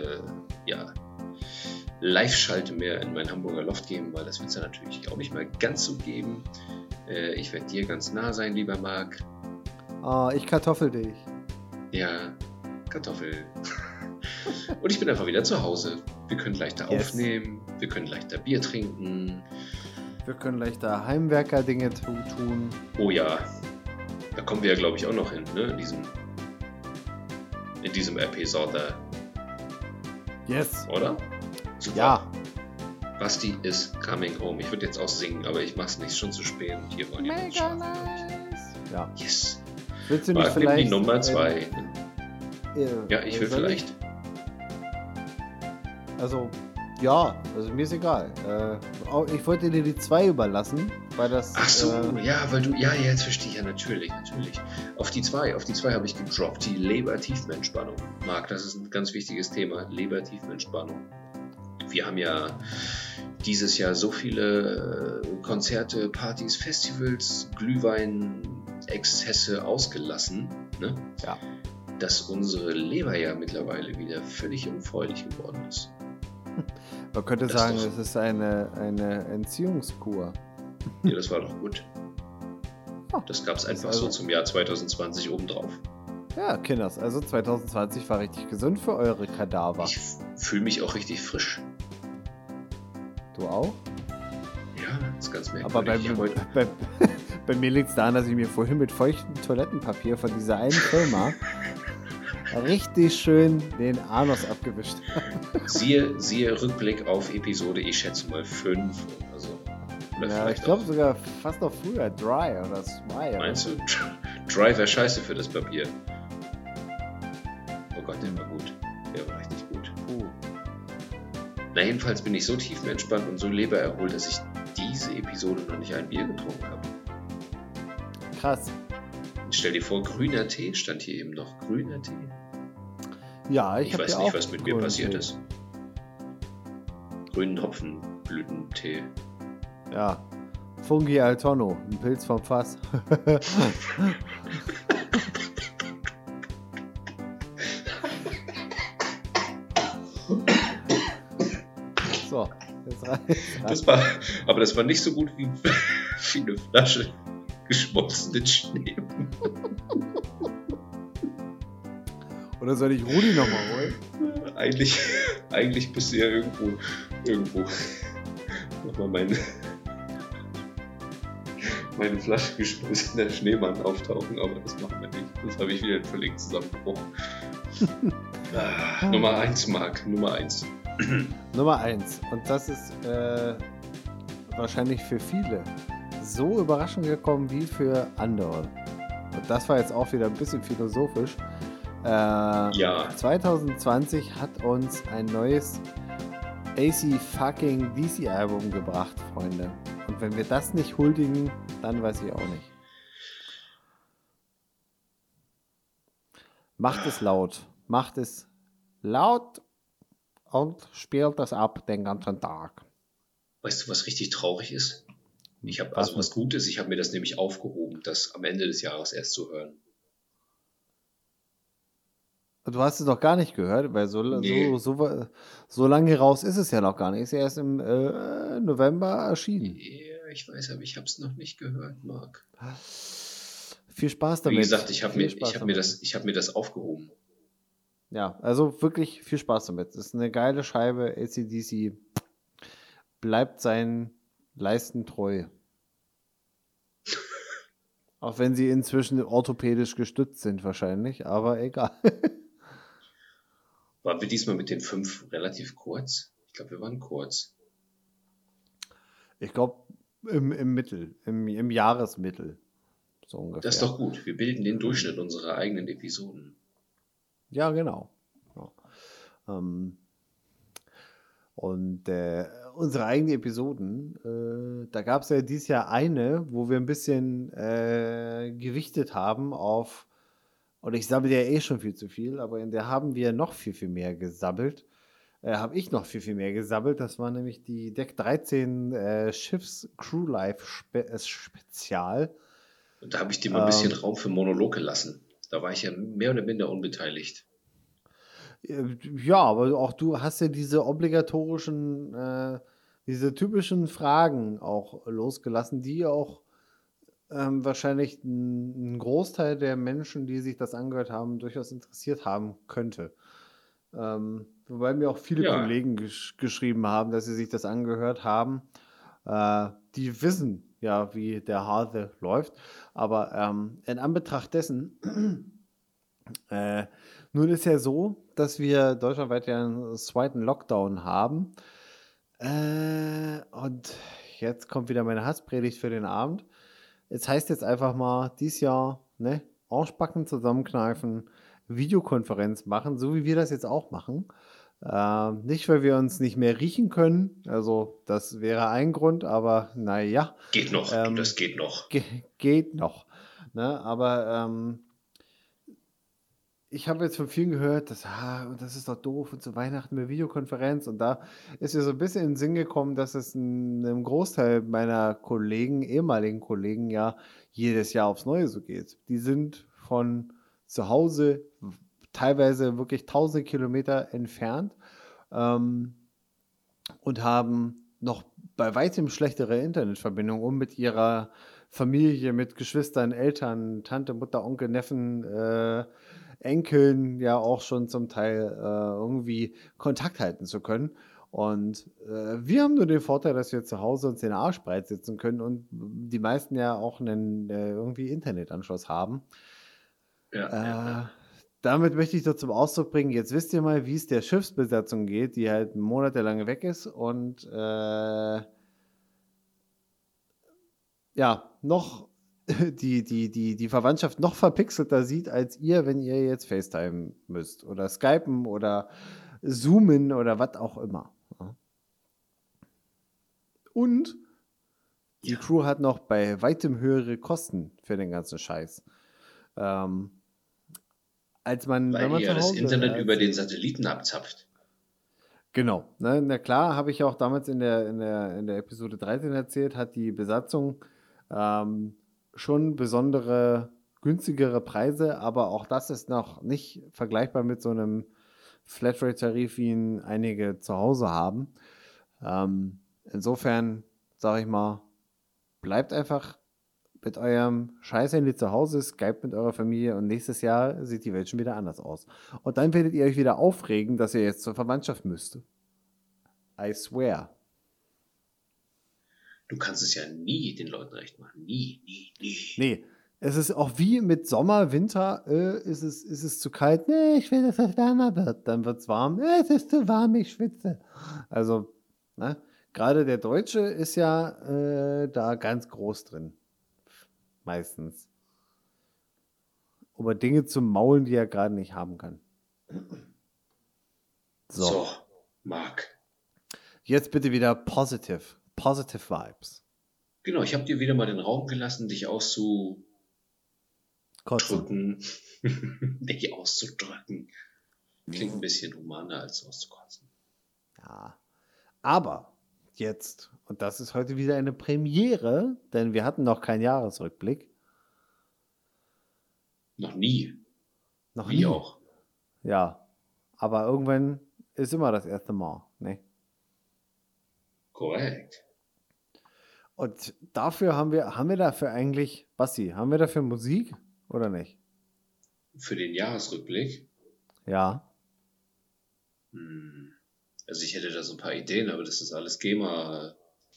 Live-Schalte mehr in mein Hamburger Loft geben, weil das wird es dann natürlich auch nicht mehr ganz so geben. Ich werde dir ganz nah sein, lieber Marc. Oh, ich kartoffel dich. Ja, Kartoffel. Und ich bin einfach wieder zu Hause. Wir können leichter aufnehmen, wir können leichter Bier trinken. Wir können leichter Heimwerker-Dinge tun. Oh ja, da kommen wir ja, glaube ich, auch noch hin, ne? In diesem Episode. Yes. Oder? Super. Ja. Basti is coming home. Ich würde jetzt auch singen, aber ich mach's nicht, schon zu spät. Und hier wollen die uns schlafen. Ja. Yes. Willst du nicht Marc, vielleicht... nimm die Nummer 2. Ja, ich will vielleicht. Also mir ist egal. Ich wollte dir die 2 überlassen, weil das... Ach so, weil du... Ja, jetzt verstehe ich ja, natürlich. Auf die 2 habe ich gedroppt, die Leber-Tiefenentspannung. Marc, das ist ein ganz wichtiges Thema, Leber-Tiefenentspannung. Wir haben ja dieses Jahr so viele Konzerte, Partys, Festivals, Glühwein-Exzesse ausgelassen, ne? Ja. Dass unsere Leber ja mittlerweile wieder völlig unfreundlich geworden ist. Man könnte sagen, es ist eine Entziehungskur. Ja, das war doch gut. Das gab es einfach so zum Jahr 2020 obendrauf. Ja, Kinders, also 2020 war richtig gesund für eure Kadaver. Ich fühle mich auch richtig frisch. Du auch? Ja, das ist ganz Aber merkwürdig. bei mir liegt es daran, dass ich mir vorhin mit feuchtem Toilettenpapier von dieser einen Firma richtig schön den Anus abgewischt habe. Siehe Rückblick auf Episode, ich schätze mal 5 oder so. Oder Ja, ich glaube sogar fast noch früher, Dry oder Smile. Meinst du? Dry wäre scheiße für das Papier. Oh Gott, der war gut. Der war richtig gut. Na, jedenfalls bin ich so tiefenentspannt und so lebererholt, dass ich diese Episode noch nicht ein Bier getrunken habe. Krass. Stell dir vor, grüner Tee, stand hier eben noch grüner Tee. Ja, ich weiß nicht, was mit mir passiert ist. Grünen Hopfenblütentee. Ja, Fungi Altono, ein Pilz vom Fass. So, jetzt reicht. Das war nicht so gut wie eine Flasche geschmolzenen Schnee. Oder soll ich Rudi nochmal holen? Eigentlich bist du ja irgendwo nochmal meine Flasche geschmolzener Schneemann auftauchen, aber das machen wir nicht. Das habe ich wieder völlig zusammengebrochen. Nummer 1, Marc, Nummer 1. Nummer 1. Und das ist wahrscheinlich für viele so überraschend gekommen wie für andere. Und das war jetzt auch wieder ein bisschen philosophisch. Ja. 2020 hat uns ein neues AC/DC Album gebracht, Freunde. Und wenn wir das nicht huldigen, dann weiß ich auch nicht. Macht es laut und spielt das ab den ganzen Tag. Weißt du, was richtig traurig ist? Was gut ist, ich habe mir das nämlich aufgehoben, das am Ende des Jahres erst zu hören. Du hast es noch gar nicht gehört, weil so lange raus ist es ja noch gar nicht. Ist ja erst im November erschienen. Ja, ich weiß, aber ich habe es noch nicht gehört, Marc. Viel Spaß damit. Wie gesagt, ich habe mir das aufgehoben. Ja, also wirklich viel Spaß damit. Das ist eine geile Scheibe. AC/DC bleibt seinen Leisten treu. Auch wenn sie inzwischen orthopädisch gestützt sind wahrscheinlich, aber egal. Waren wir diesmal mit den 5 relativ kurz? Ich glaube, wir waren kurz. Ich glaube, im Mittel, im Jahresmittel. So ungefähr. Das ist doch gut. Wir bilden den Durchschnitt unserer eigenen Episoden. Ja, genau. Ja. Und unsere eigenen Episoden, da gab es ja dieses Jahr eine, wo wir ein bisschen gewichtet haben auf, und ich sabbel ja eh schon viel zu viel, aber in der haben wir noch viel, viel mehr gesabbelt. Habe ich noch viel, viel mehr gesabbelt. Das war nämlich die Deck 13 Schiffs Crew Life Spezial. Und da habe ich dir mal ein bisschen Raum für Monolog gelassen. Da war ich ja mehr oder minder unbeteiligt. Ja, aber auch du hast ja diese obligatorischen, diese typischen Fragen auch losgelassen, die auch wahrscheinlich ein Großteil der Menschen, die sich das angehört haben, durchaus interessiert haben könnte. Wobei mir auch viele Kollegen geschrieben haben, dass sie sich das angehört haben. Die wissen ja, wie der Hase läuft. Aber in Anbetracht dessen, nun ist ja so, dass wir deutschlandweit ja einen zweiten Lockdown haben. Und jetzt kommt wieder meine Hasspredigt für den Abend. Es heißt jetzt einfach mal, dieses Jahr, ne, Arschbacken zusammenkneifen, Videokonferenz machen, so wie wir das jetzt auch machen. Nicht, weil wir uns nicht mehr riechen können, also das wäre ein Grund, aber naja. Geht noch, das geht noch. Geht noch. Ne? Aber ich habe jetzt von vielen gehört, das ist doch doof und zu Weihnachten eine Videokonferenz, und da ist mir so ein bisschen in den Sinn gekommen, dass es einem Großteil meiner Kollegen, ehemaligen Kollegen, ja jedes Jahr aufs Neue so geht. Die sind von zu Hause teilweise wirklich 1000 Kilometer entfernt und haben noch bei weitem schlechtere Internetverbindung, um mit ihrer Familie mit Geschwistern, Eltern, Tante, Mutter, Onkel, Neffen, Enkeln ja auch schon zum Teil irgendwie Kontakt halten zu können. Und wir haben nur den Vorteil, dass wir zu Hause uns den Arsch breit sitzen können und die meisten ja auch einen irgendwie Internetanschluss haben. Ja. Damit möchte ich doch zum Ausdruck bringen, jetzt wisst ihr mal, wie es der Schiffsbesatzung geht, die halt monatelang weg ist und ja, noch die Verwandtschaft noch verpixelter sieht als ihr, wenn ihr jetzt FaceTime müsst oder Skypen oder Zoomen oder was auch immer. Ja. Und die Crew hat noch bei weitem höhere Kosten für den ganzen Scheiß. Als man, Weil wenn man ihr zu das Hause, Internet über den Satelliten abzapft. Genau. Ne, na klar, habe ich auch damals in der Episode 13 erzählt, hat die Besatzung schon besondere, günstigere Preise, aber auch das ist noch nicht vergleichbar mit so einem Flatrate-Tarif, wie ihn einige zu Hause haben. Insofern sage ich mal, bleibt einfach mit eurem Scheiß-Handy zu Hause, Skype mit eurer Familie und nächstes Jahr sieht die Welt schon wieder anders aus. Und dann werdet ihr euch wieder aufregen, dass ihr jetzt zur Verwandtschaft müsst. I swear. Du kannst es ja nie den Leuten recht machen. Nie. Nee, es ist auch wie mit Sommer, Winter, ist es zu kalt? Nee, ich will, dass es wärmer wird. Dann wird es warm. Es ist zu warm, ich schwitze. Also, ne? Gerade der Deutsche ist ja da ganz groß drin. Meistens. Um Dinge zu maulen, die er gerade nicht haben kann. So, Marc. Jetzt bitte wieder positive Vibes. Genau, ich habe dir wieder mal den Raum gelassen, dich auszudrücken. Dich auszudrücken. Klingt ein bisschen humaner als auszukotzen. Ja, aber jetzt, und das ist heute wieder eine Premiere, denn wir hatten noch keinen Jahresrückblick. Noch nie. Noch Wie nie. auch. Ja, aber irgendwann ist immer das erste Mal, ne? Korrekt. Und dafür haben wir dafür eigentlich, Basti, haben wir dafür Musik oder nicht? Für den Jahresrückblick? Ja. Also ich hätte da so ein paar Ideen, aber das ist alles GEMA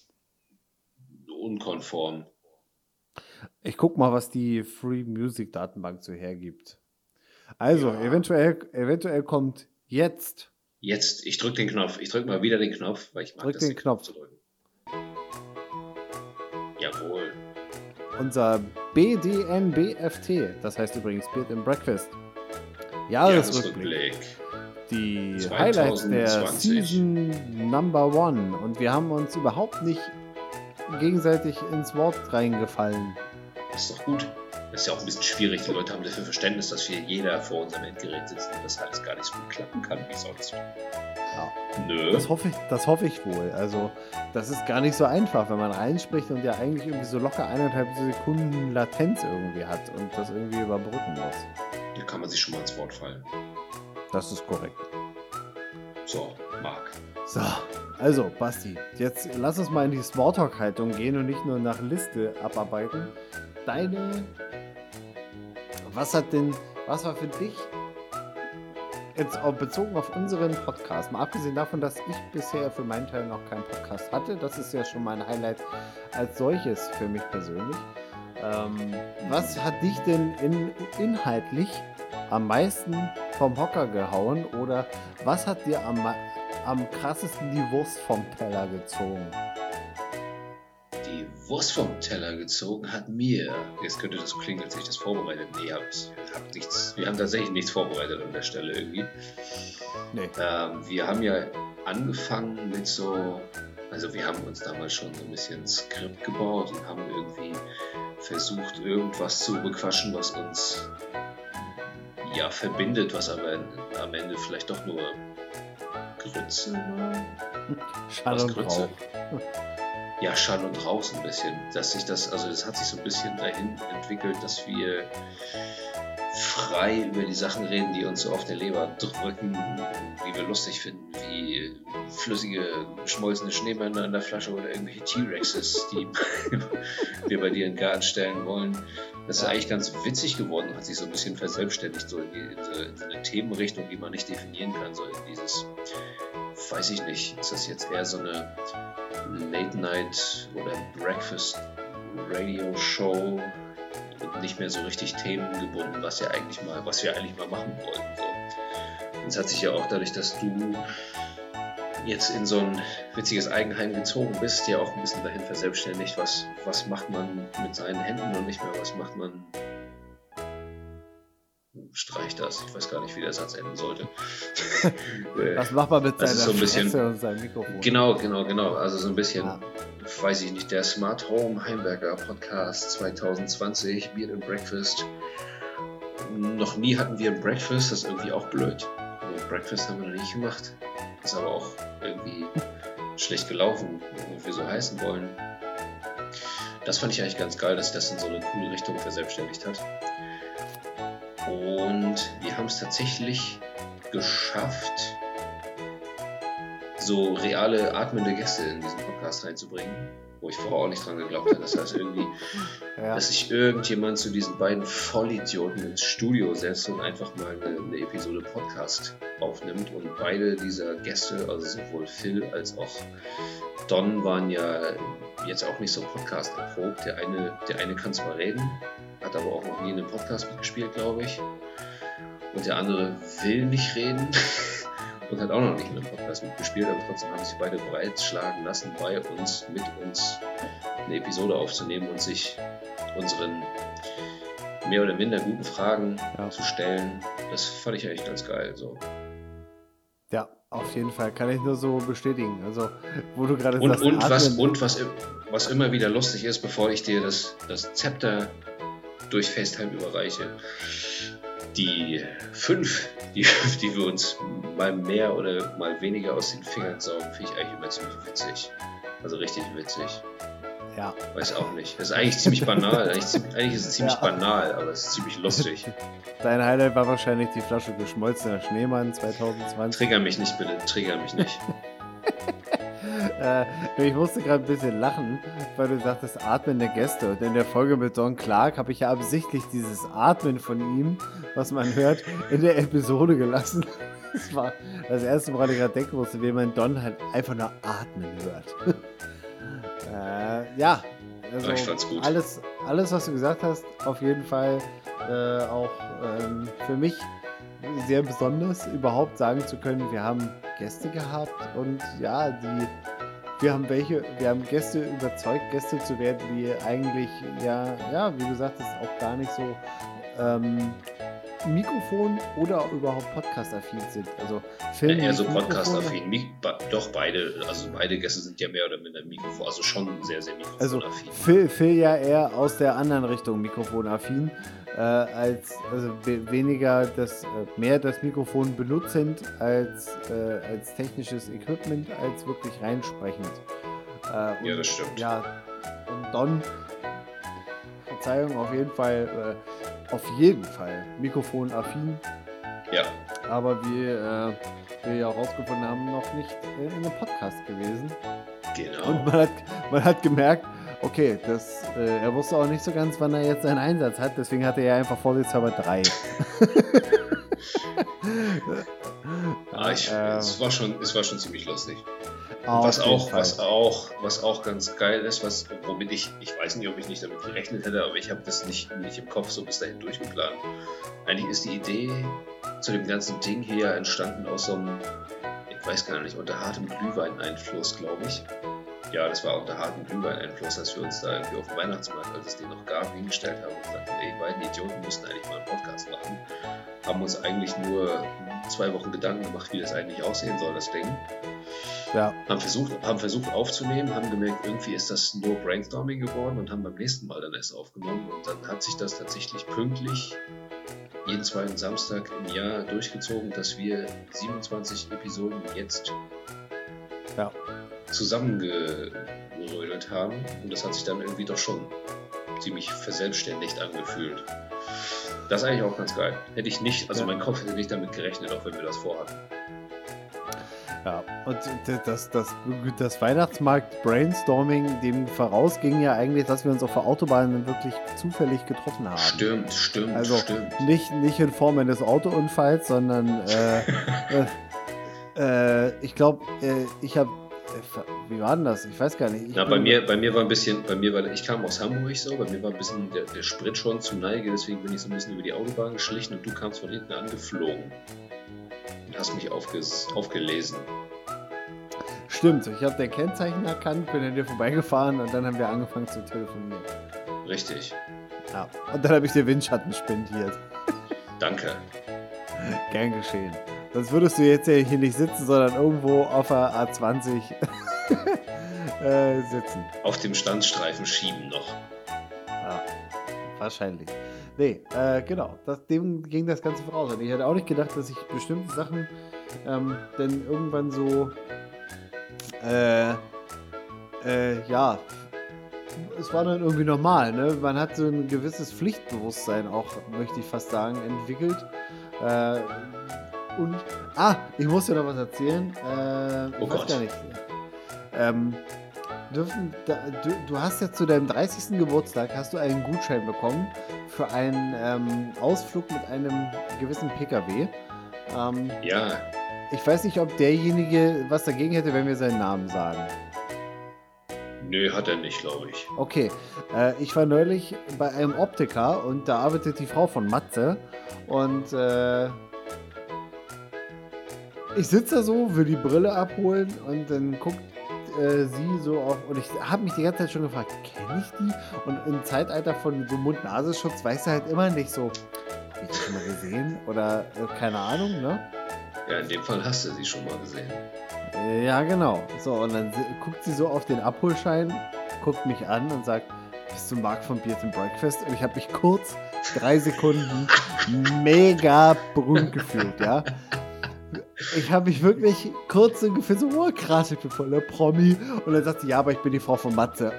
unkonform. Ich guck mal, was die Free Music Datenbank so hergibt. Also, Ja. eventuell kommt jetzt. Jetzt, ich drücke den Knopf. Ich drücke mal wieder den Knopf, weil ich mag Drück das, den Knopf zu drücken. Jawohl. Unser BDNBFT, das heißt übrigens Bed and Breakfast. Jahresrückblick. Die 2020. Highlights der Season Number 1. Und wir haben uns überhaupt nicht gegenseitig ins Wort reingefallen. Das ist doch gut. Das ist ja auch ein bisschen schwierig. Die Leute haben dafür Verständnis, dass jeder vor unserem Endgerät sitzt und das alles gar nicht so gut klappen kann wie sonst. Ja. Nö. Das hoffe ich wohl. Also, das ist gar nicht so einfach, wenn man reinspricht und ja eigentlich irgendwie so locker 1,5 Sekunden Latenz irgendwie hat und das irgendwie überbrücken muss. Da kann man sich schon mal ins Wort fallen. Das ist korrekt. So, Marc. So, also Basti, jetzt lass uns mal in die Smalltalk-Haltung gehen und nicht nur nach Liste abarbeiten. Was war für dich jetzt auch bezogen auf unseren Podcast, mal abgesehen davon, dass ich bisher für meinen Teil noch keinen Podcast hatte, das ist ja schon mein Highlight als solches für mich persönlich. Was hat dich denn inhaltlich am meisten vom Hocker gehauen oder was hat dir am krassesten die Wurst vom Teller gezogen? Die Wurst vom Teller gezogen hat mir. Jetzt könnte das so klingen, als hätte ich das vorbereitet. Nee, wir haben tatsächlich nichts vorbereitet an der Stelle irgendwie. Nee. Wir haben ja angefangen mit so, also wir haben uns damals schon so ein bisschen Skript gebaut und haben irgendwie versucht, irgendwas zu bequatschen, was uns ja verbindet, was aber am Ende vielleicht doch nur Grütze war. Schall und Rauch. Ja, Schall und Rauch so ein bisschen. Das hat sich so ein bisschen dahin entwickelt, dass wir frei über die Sachen reden, die uns so auf der Leber drücken, wie wir lustig finden, wie flüssige, geschmolzene Schneemänner in der Flasche oder irgendwelche T-Rexes, die wir bei dir in den Garten stellen wollen. Das ist eigentlich ganz witzig geworden, hat sich so ein bisschen verselbstständigt, so in so eine Themenrichtung, die man nicht definieren kann, so in dieses, weiß ich nicht, ist das jetzt eher so eine Late-Night oder Breakfast-Radio-Show und nicht mehr so richtig themengebunden, was wir eigentlich mal machen wollten. So. Und es hat sich ja auch dadurch, dass du jetzt in so ein witziges Eigenheim gezogen bist, ja auch ein bisschen dahin verselbstständigt, was macht man mit seinen Händen und nicht mehr, was macht man. Streich das, ich weiß gar nicht, wie der Satz enden sollte. Was macht man mit seiner so Fresse und seinem Mikrofon? Genau. Also so ein bisschen, weiß ich nicht, der Smart Home Heimwerker Podcast 2020, Beer and Breakfast. Noch nie hatten wir ein Breakfast, das ist irgendwie auch blöd. Also Breakfast haben wir noch nicht gemacht. Ist aber auch irgendwie schlecht gelaufen, wie wir so heißen wollen. Das fand ich eigentlich ganz geil, dass sich das in so eine coole Richtung verselbstständigt hat. Und wir haben es tatsächlich geschafft, so reale, atmende Gäste in diesen Podcast reinzubringen, wo ich vorher auch nicht dran geglaubt habe. Das heißt irgendwie, dass sich irgendjemand zu diesen beiden Vollidioten ins Studio setzt und einfach mal eine Episode Podcast aufnimmt. Und beide dieser Gäste, also sowohl Phil als auch Don, waren ja jetzt auch nicht so Podcast erprobt. Der eine kann zwar reden, hat aber auch noch nie in einem Podcast mitgespielt, glaube ich. Und der andere will nicht reden und hat auch noch nicht in einem Podcast mitgespielt, aber trotzdem haben sich beide breitschlagen lassen, mit uns eine Episode aufzunehmen und sich unseren mehr oder minder guten Fragen zu stellen. Das fand ich eigentlich ganz geil. So. Ja, auf jeden Fall. Kann ich nur so bestätigen. Also, wo du gerade sagst... was immer wieder lustig ist, bevor ich dir das Zepter durch FaceTime überreiche. Die 5, die wir uns mal mehr oder mal weniger aus den Fingern saugen, finde ich eigentlich immer ziemlich witzig. Also richtig witzig. Ja. Weiß auch nicht. Das ist eigentlich ziemlich banal. Eigentlich ist es ziemlich banal, aber es ist ziemlich lustig. Dein Highlight war wahrscheinlich die Flasche geschmolzener Schneemann 2020. Trigger mich nicht, bitte. Trigger mich nicht. Ich musste gerade ein bisschen lachen, weil du sagtest, atmende Gäste. Und in der Folge mit Don Clark habe ich ja absichtlich dieses Atmen von ihm, was man hört, in der Episode gelassen. Das war das erste, woran ich gerade denken musste, wie man Don halt einfach nur atmen hört. Ja, also ich fand's gut. Alles, was du gesagt hast, auf jeden Fall auch für mich sehr besonders, überhaupt sagen zu können, wir haben Gäste gehabt und ja, wir haben Gäste überzeugt, Gäste zu werden, die eigentlich, ja, wie du sagtest, auch gar nicht so Mikrofon oder überhaupt Podcast-affin sind. Also Film eher so Podcast-affin. Doch, beide Gäste sind ja mehr oder minder Mikrofon, also schon sehr, sehr mikrofonaffin. Also Phil ja eher aus der anderen Richtung mikrofonaffin, mehr das Mikrofon benutzend als technisches Equipment, als wirklich reinsprechend. Ja, das stimmt. Ja, und Don, Verzeihung, auf jeden Fall mikrofonaffin. Ja. Aber wie wir ja herausgefunden haben, noch nicht in einem Podcast gewesen. Genau. Und man hat gemerkt, okay, er wusste auch nicht so ganz, wann er jetzt seinen Einsatz hat, deswegen hatte er einfach vorsichtshalber 3. Es war schon ziemlich lustig. Was auch ganz geil ist, womit ich weiß nicht, ob ich nicht damit gerechnet hätte, aber ich habe das nicht im Kopf so bis dahin durchgeplant. Eigentlich ist die Idee zu dem ganzen Ding hier entstanden aus so einem, ich weiß gar nicht, unter hartem Glühwein-Einfluss, glaube ich. Ja, das war unter hartem Glühwein-Einfluss, dass wir uns da irgendwie auf dem Weihnachtsmarkt, als es den noch gab, hingestellt haben und sagten, ey, die beiden Idioten müssten eigentlich mal einen Podcast machen. Haben uns eigentlich nur 2 Wochen Gedanken gemacht, wie das eigentlich aussehen soll, das Ding. Ja. Haben versucht aufzunehmen, haben gemerkt, irgendwie ist das nur Brainstorming geworden und haben beim nächsten Mal dann erst aufgenommen. Und dann hat sich das tatsächlich pünktlich jeden zweiten Samstag im Jahr durchgezogen, dass wir 27 Episoden jetzt zusammengerödelt haben. Und das hat sich dann irgendwie doch schon ziemlich verselbstständigt angefühlt. Das ist eigentlich auch ganz geil. Hätte ich nicht, also Ja. mein Kopf hätte nicht damit gerechnet, auch wenn wir das vorhatten. Ja, und das Weihnachtsmarkt-Brainstorming, dem vorausging ja eigentlich, dass wir uns auf der Autobahn wirklich zufällig getroffen haben. Stimmt. Also nicht in Form eines Autounfalls, sondern ich glaube, wie war denn das? Ich weiß gar nicht. Bei mir war ein bisschen, ich kam aus Hamburg so, bei mir war ein bisschen der Sprit schon zu Neige, deswegen bin ich so ein bisschen über die Autobahn geschlichen und du kamst von hinten angeflogen und hast mich aufgelesen. Stimmt, ich habe dein Kennzeichen erkannt, bin an dir vorbeigefahren und dann haben wir angefangen zu telefonieren. Richtig. Ja, und dann habe ich dir Windschatten spendiert. Danke. Gern geschehen. Sonst würdest du jetzt ja hier nicht sitzen, sondern irgendwo auf der A20 sitzen. Auf dem Standstreifen schieben noch. Ja, wahrscheinlich. Nee, genau. Dem ging das Ganze voraus. Und ich hätte auch nicht gedacht, dass ich bestimmte Sachen dann irgendwann so ja, es war dann irgendwie normal, ne? Man hat so ein gewisses Pflichtbewusstsein auch, möchte ich fast sagen, entwickelt. Und, ich muss dir noch was erzählen. Ich weiß gar nicht. Du hast ja zu deinem 30. Geburtstag hast du einen Gutschein bekommen für einen Ausflug mit einem gewissen PKW. Ja, Ich weiß nicht, ob derjenige was dagegen hätte, wenn wir seinen Namen sagen. nö, hat er nicht, glaube ich. Okay, ich war neulich bei einem Optiker und da arbeitet die Frau von Matze und ich sitze da so, will die Brille abholen und dann guckt sie so auf und ich habe mich die ganze Zeit schon gefragt, kenne ich die? Und im Zeitalter von so Mund-Nasenschutz weißt du halt immer nicht so, habe ich die schon mal gesehen oder keine Ahnung, ne? Ja, in dem Fall hast du sie schon mal gesehen. Ja, genau. So, und dann guckt sie so auf den Abholschein, guckt mich an und sagt, bist du Marc von Beard and Breakfast? Und ich habe mich kurz 3 Sekunden mega berühmt gefühlt, ja. Ich habe mich wirklich kurz so gefühlt, so, oh krass, ich bin voll der Promi. Und dann sagt sie, ja, aber ich bin die Frau von Matze.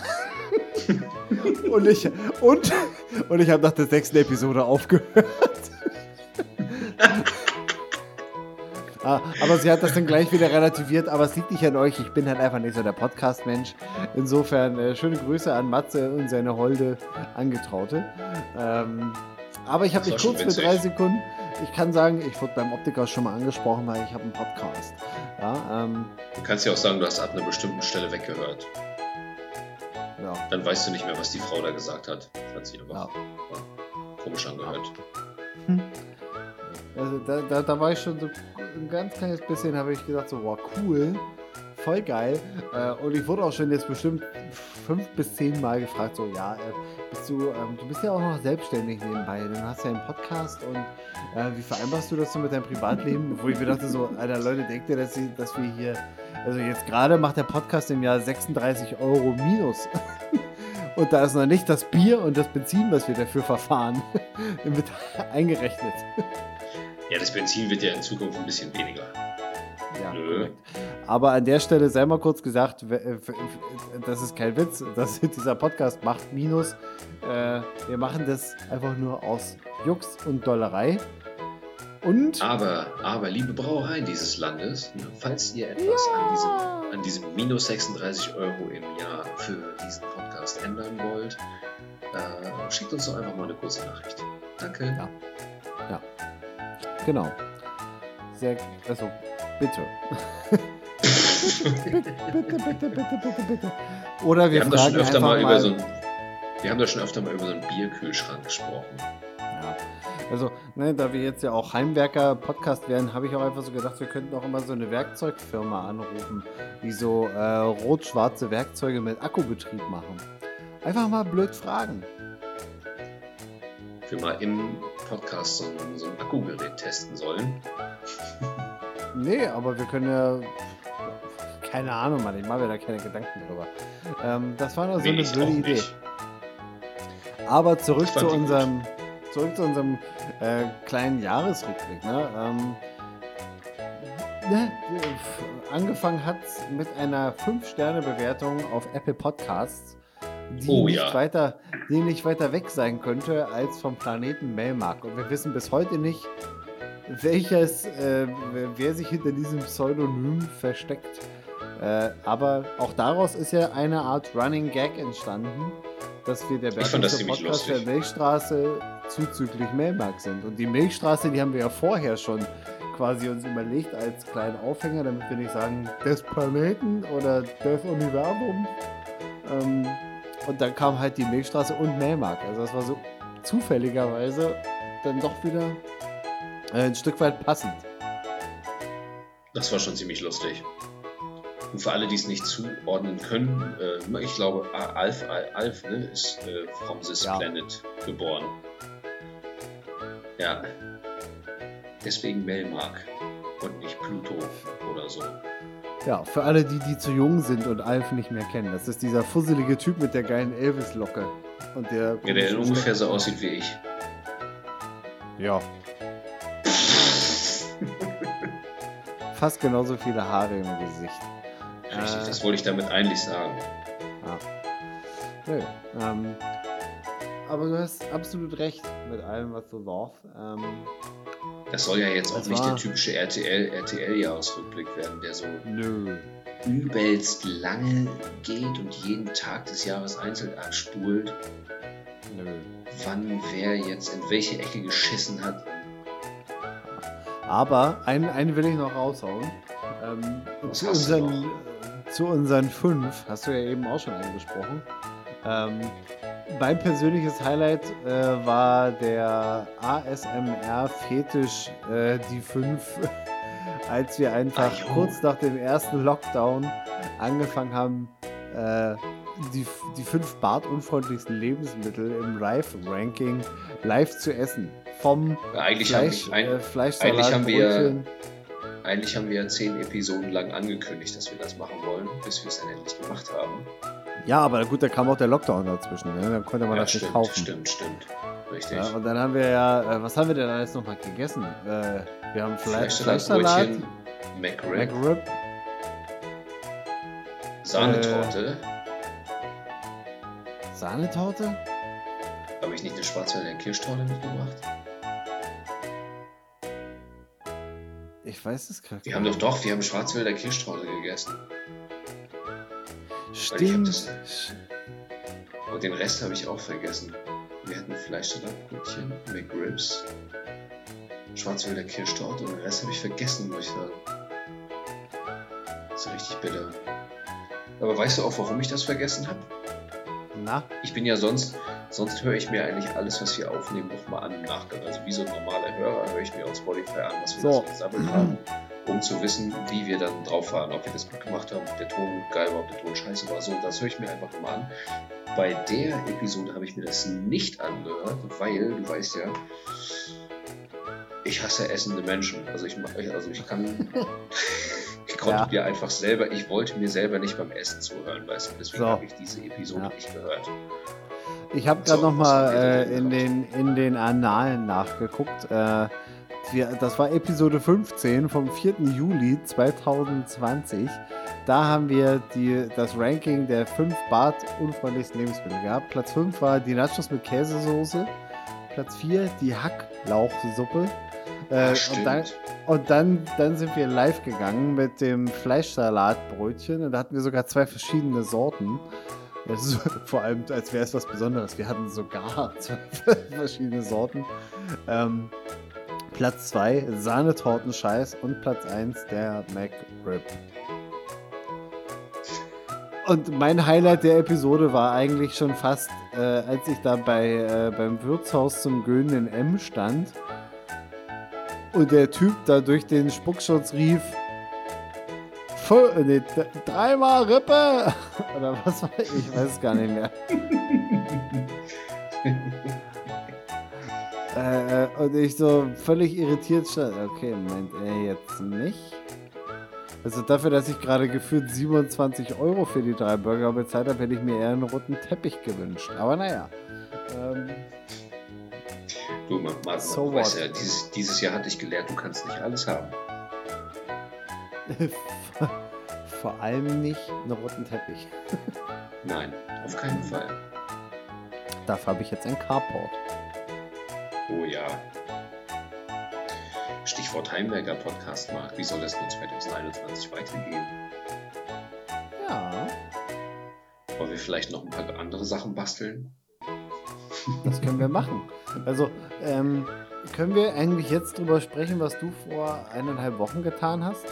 und ich habe nach der 6. Episode aufgehört. Aber sie hat das dann gleich wieder relativiert, aber es liegt nicht an euch, ich bin halt einfach nicht so der Podcast-Mensch. Insofern schöne Grüße an Matze und seine holde Angetraute. Aber ich habe mich kurz für 3 Sekunden, ich kann sagen, ich wurde beim Optiker schon mal angesprochen, weil ich habe einen Podcast. Ja, Du kannst ja auch sagen, du hast ab einer bestimmten Stelle weggehört. ja. Dann weißt du nicht mehr, was die Frau da gesagt hat. Das hat sich einfach komisch angehört. Also da war ich schon so ein ganz kleines bisschen, habe ich gedacht so, wow, cool, voll geil. Und ich wurde auch schon jetzt bestimmt 5 bis 10 Mal gefragt, so, ja, du bist ja auch noch selbstständig nebenbei, du hast ja einen Podcast und wie vereinbarst du das so mit deinem Privatleben? Wo ich mir dachte so, Alter, Leute, denkt ihr, dass wir hier, also jetzt gerade macht der Podcast im Jahr 36 Euro minus. Und da ist noch nicht das Bier und das Benzin, was wir dafür verfahren, mit eingerechnet. Ja, das Benzin wird ja in Zukunft ein bisschen weniger. Ja, korrekt. Aber an der Stelle sei mal kurz gesagt, das ist kein Witz, dieser Podcast macht Minus. Wir machen das einfach nur aus Jux und Dollerei. Und Aber liebe Brauereien dieses Landes, falls ihr etwas an diesem minus 36 Euro im Jahr für diesen Podcast ändern wollt, schickt uns doch einfach mal eine kurze Nachricht. Danke. Ja. Genau. Also, bitte. bitte. Oder wir fragen einfach mal. Wir haben da schon öfter mal über so einen Bierkühlschrank gesprochen. Ja. Also, ne, da wir jetzt ja auch Heimwerker-Podcast werden, habe ich auch einfach so gedacht, wir könnten auch immer so eine Werkzeugfirma anrufen, die so rot-schwarze Werkzeuge mit Akkubetrieb machen. Einfach mal blöd fragen. Wir mal im Podcast so ein Akkugerät testen sollen. Nee, aber wir können ja. Keine Ahnung, Mann, ich mache mir da keine Gedanken drüber. Das war noch so eine blöde Idee. Aber zurück zu unserem kleinen Jahresrückblick. Angefangen hat es mit einer 5-Sterne-Bewertung auf Apple Podcasts. die Oh nicht ja. weiter, die nicht weiter weg sein könnte als vom Planeten Melmark. Und wir wissen bis heute nicht, wer sich hinter diesem Pseudonym versteckt. Aber auch daraus ist ja eine Art Running Gag entstanden, dass wir der Ich fand das bärtigste ziemlich Podcast der lustig. Milchstraße zuzüglich Melmark sind. Und die Milchstraße, die haben wir ja vorher schon quasi uns überlegt als kleinen Aufhänger, damit wir nicht sagen, des Planeten oder des Universums. Und dann kam halt die Milchstraße und Melmark. Also das war so zufälligerweise dann doch wieder ein Stück weit passend. Das war schon ziemlich lustig. Und für alle, die es nicht zuordnen können, ich glaube, Alf ne, ist from this Ja. planet geboren. Ja. Deswegen Melmark und nicht Pluto oder so. Ja, für alle, die zu jung sind und Alf nicht mehr kennen. Das ist dieser fusselige Typ mit der geilen Elvis-Locke. Und der Ja, der ungefähr so aussieht wie ich. Ja. Fast genauso viele Haare im Gesicht. Richtig, das wollte ich damit eigentlich sagen. Nö. Aber du hast absolut recht mit allem, was du sagst. Das soll ja jetzt auch Das nicht war- der typische RTL-Jahresrückblick werden, der so Nö. übelst lange geht und jeden Tag des Jahres einzeln abspult, Nö. wann wer jetzt in welche Ecke geschissen hat. Aber einen will ich noch raushauen. Was Zu hast du zu unseren 5, hast du ja eben auch schon angesprochen. Mein persönliches Highlight war der ASMR-Fetisch, die 5, als wir einfach Ach jo. kurz nach dem ersten Lockdown angefangen haben, die 5 bartunfreundlichsten Lebensmittel im Live-Ranking live zu essen. Vom Eigentlich Fleischsalat, haben wir- Brötchen. Eigentlich haben wir ja 10 Episoden lang angekündigt, dass wir das machen wollen, bis wir es dann endlich gemacht haben. Ja, aber gut, da kam auch der Lockdown dazwischen. Ne? Dann konnte man das nicht kaufen. Stimmt. Richtig. Ja, und dann haben wir ja, was haben wir denn alles nochmal gegessen? Wir haben Fleischsalat, Fleischsalatbrötchen, McRib, McRib, Sahnetorte. Sahnetorte? Habe ich nicht eine Schwarzwälder Kirschtorte mitgebracht? Ich weiß es gerade. Wir haben Schwarzwälder Kirschtorte gegessen. Stimmt. Und den Rest habe ich auch vergessen. Wir hatten Fleischsalatbrötchen, McRibs, Schwarzwälder Kirschtorte und den Rest habe ich vergessen, muss ich sagen. Das ist richtig bitter. Aber weißt du auch, warum ich das vergessen habe? Na? Ich bin ja sonst höre ich mir eigentlich alles, was wir aufnehmen, nochmal an im Nachgang. Also wie so ein normaler Hörer höre ich mir auf Spotify an, was wir So. so gesammelt haben, um zu wissen, wie wir dann drauf waren, ob wir das gut gemacht haben, ob der Ton geil war, ob der Ton scheiße war. So, das höre ich mir einfach immer an. Bei der Episode habe ich mir das nicht angehört, weil, du weißt ja, ich hasse essende Menschen. Ich wollte mir selber nicht beim Essen zuhören, weißt du, deswegen So. habe ich diese Episode Ja. nicht gehört. Ich habe gerade So, nochmal was haben wir denn in den Annalen nachgeguckt. Das war Episode 15 vom 4. Juli 2020. Da haben wir das Ranking der 5 bartunfreundlichsten Lebensmittel gehabt. Platz 5 war die Nachos mit Käsesoße. Platz 4 die Hacklauchsuppe. Stimmt. Und dann sind wir live gegangen mit dem Fleischsalatbrötchen. Und da hatten wir sogar 2 verschiedene Sorten. Das ist vor allem, als wäre es was Besonderes. Wir hatten sogar 2 verschiedene Sorten. Platz 2 Sahnetortenscheiß und Platz 1 der McRib. Und mein Highlight der Episode war eigentlich schon fast, als ich da beim Wirtshaus zum Göhnen M stand und der Typ da durch den Spuckschutz rief, 3-mal Rippe! Oder was war ich? Ich weiß es gar nicht mehr. Und ich so völlig irritiert stand. Okay, meint er jetzt nicht? Also dafür, dass ich gerade gefühlt 27 € für die 3 Burger bezahlt habe, hätte ich mir eher einen roten Teppich gewünscht. Aber naja. Du, Martin, So du weißt what? ja, dieses Jahr hatte ich gelernt, du kannst nicht alles haben. vor allem nicht einen roten Teppich. Nein, auf keinen Fall. Dafür habe ich jetzt ein Carport. Oh ja. Stichwort Heimwerker-Podcast, Marc. Wie soll das nun 2021 weitergehen? Ja, Wollen wir vielleicht noch ein paar andere Sachen basteln? das können wir machen. Also, können wir eigentlich jetzt drüber sprechen, was du vor 1,5 Wochen getan hast?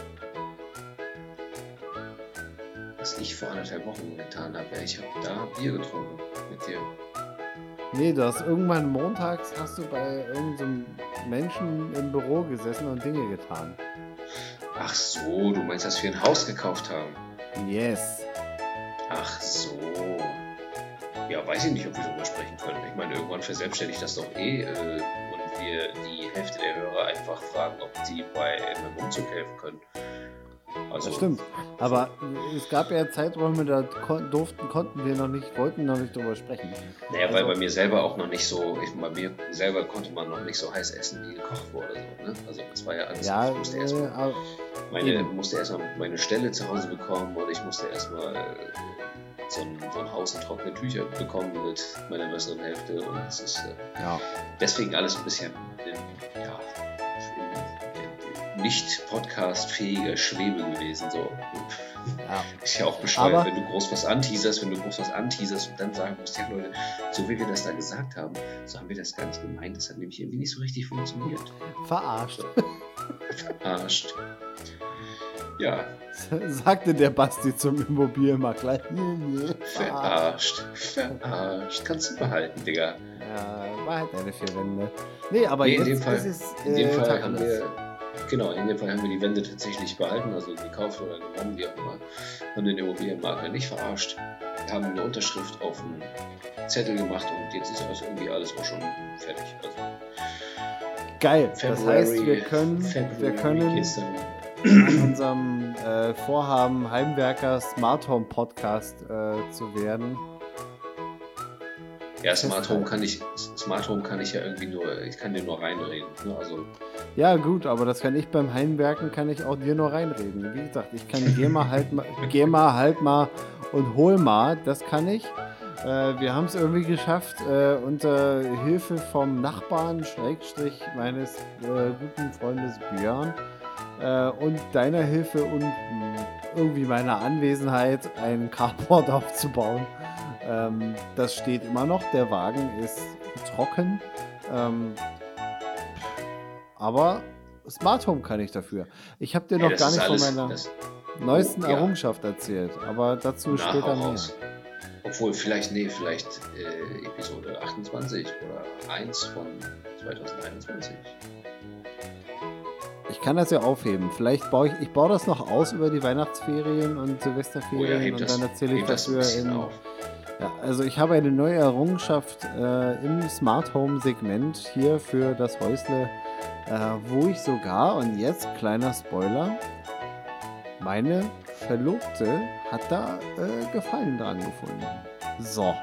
Was ich vor 1,5 Wochen getan habe, ich habe da Bier getrunken mit dir. Nee, du hast irgendwann montags hast du bei irgendeinem Menschen im Büro gesessen und Dinge getan. Ach so, du meinst, dass wir ein Haus gekauft haben? Yes. Ach so. Ja, weiß ich nicht, ob wir darüber sprechen können. Ich meine, irgendwann verselbstständigt das doch und wir die Hälfte der Hörer einfach fragen, ob sie bei einem Umzug helfen können. Also, Das stimmt. Aber es gab ja Zeiträume, da konnten wir noch nicht, wollten noch nicht drüber sprechen. Naja, Also, weil bei mir selber auch noch nicht so, bei mir selber konnte man noch nicht so heiß essen, wie gekocht wurde. So, ne? Also das war ja alles, ja, ich musste erstmal meine Stelle zu Hause bekommen und ich musste erstmal so ein Haus in trockene Tücher bekommen mit meiner besseren Hälfte und es ist ja. deswegen alles ein bisschen nicht podcastfähige Schwebe gewesen. So. Ja. Ist ja auch bescheuert, Aber wenn du groß was anteaserst und dann sagen musst, ja Leute, so wie wir das da gesagt haben, so haben wir das gar nicht gemeint. Das hat nämlich irgendwie nicht so richtig funktioniert. Verarscht. Verarscht. Ja. Sagte der Basti zum Immobilienmakler. Verarscht. Kannst du behalten, Digga. Ja, war halt eine 4 Wände. Nee, aber Nee, jetzt in dem Fall Tacheles. haben wir die Wände tatsächlich behalten, also gekauft oder gewonnen, wie auch immer. Haben den Immobilienmakler nicht verarscht. Wir haben eine Unterschrift auf einen Zettel gemacht und jetzt ist also irgendwie alles auch schon fertig. Also Geil. Das heißt, wir können an unserem Vorhaben, Heimwerker Smart Home Podcast zu werden. Ja, Smart Home kann ich ja irgendwie ich kann dir nur reinreden. Ne? Also, Ja, gut, aber das kann ich beim Heimwerken, kann ich auch dir nur reinreden. Wie gesagt, ich kann geh mal halt mal und hol mal, das kann ich. Wir haben es irgendwie geschafft, unter Hilfe vom Nachbarn, Schrägstrich meines guten Freundes Björn und deiner Hilfe und irgendwie meiner Anwesenheit einen Carport aufzubauen. Das steht immer noch, der Wagen ist trocken. Aber Smart Home kann ich dafür. Ich habe dir noch gar nicht von meiner neuesten Errungenschaft erzählt, aber dazu später mehr. Obwohl, vielleicht Episode 28 oder 1 von 2021. Ich kann das ja aufheben. Vielleicht baue ich baue das noch aus über die Weihnachtsferien und Silvesterferien und dann erzähle ich dafür Ja, also ich habe eine neue Errungenschaft im Smart Home Segment hier für das Häusle, wo ich sogar, und jetzt kleiner Spoiler, meine Verlobte hat da Gefallen dran gefunden. So.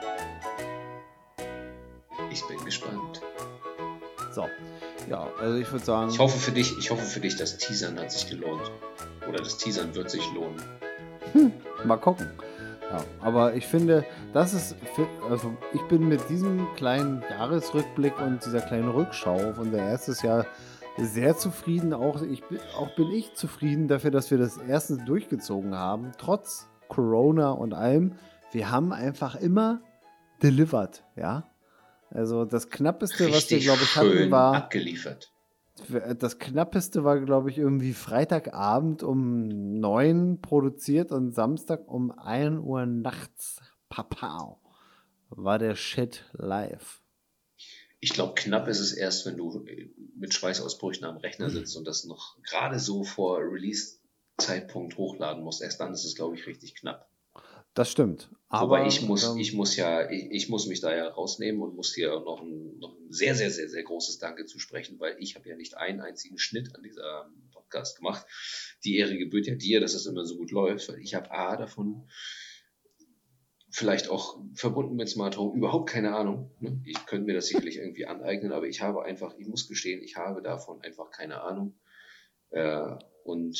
Ich bin gespannt. So. Ja, also ich würde sagen. Ich hoffe für dich, das Teasern hat sich gelohnt. Oder das Teasern wird sich lohnen. Mal gucken. Ja, aber ich finde, also ich bin mit diesem kleinen Jahresrückblick und dieser kleinen Rückschau auf unser erstes Jahr sehr zufrieden. Auch bin ich zufrieden dafür, dass wir das erstens durchgezogen haben, trotz Corona und allem. Wir haben einfach immer delivered, ja. Also das Knappeste, was wir, glaube ich, hatten, war abgeliefert. Das Knappeste war, glaube ich, irgendwie Freitagabend um 9 produziert und Samstag um 1 Uhr nachts, papau, war der Shit live. Ich glaube, knapp ist es erst, wenn du mit Schweißausbrüchen am Rechner sitzt und das noch gerade so vor Release-Zeitpunkt hochladen musst. Erst dann ist es, glaube ich, richtig knapp. Das stimmt. Aber ich muss mich da ja rausnehmen und muss hier noch ein sehr, sehr, sehr, sehr großes Danke zusprechen, weil ich habe ja nicht einen einzigen Schnitt an dieser Podcast gemacht. Die Ehre gebührt ja dir, dass es immer so gut läuft, weil ich habe davon vielleicht auch verbunden mit Smart Home überhaupt keine Ahnung. Ne? Ich könnte mir das sicherlich irgendwie aneignen, aber ich muss gestehen, ich habe davon einfach keine Ahnung. Und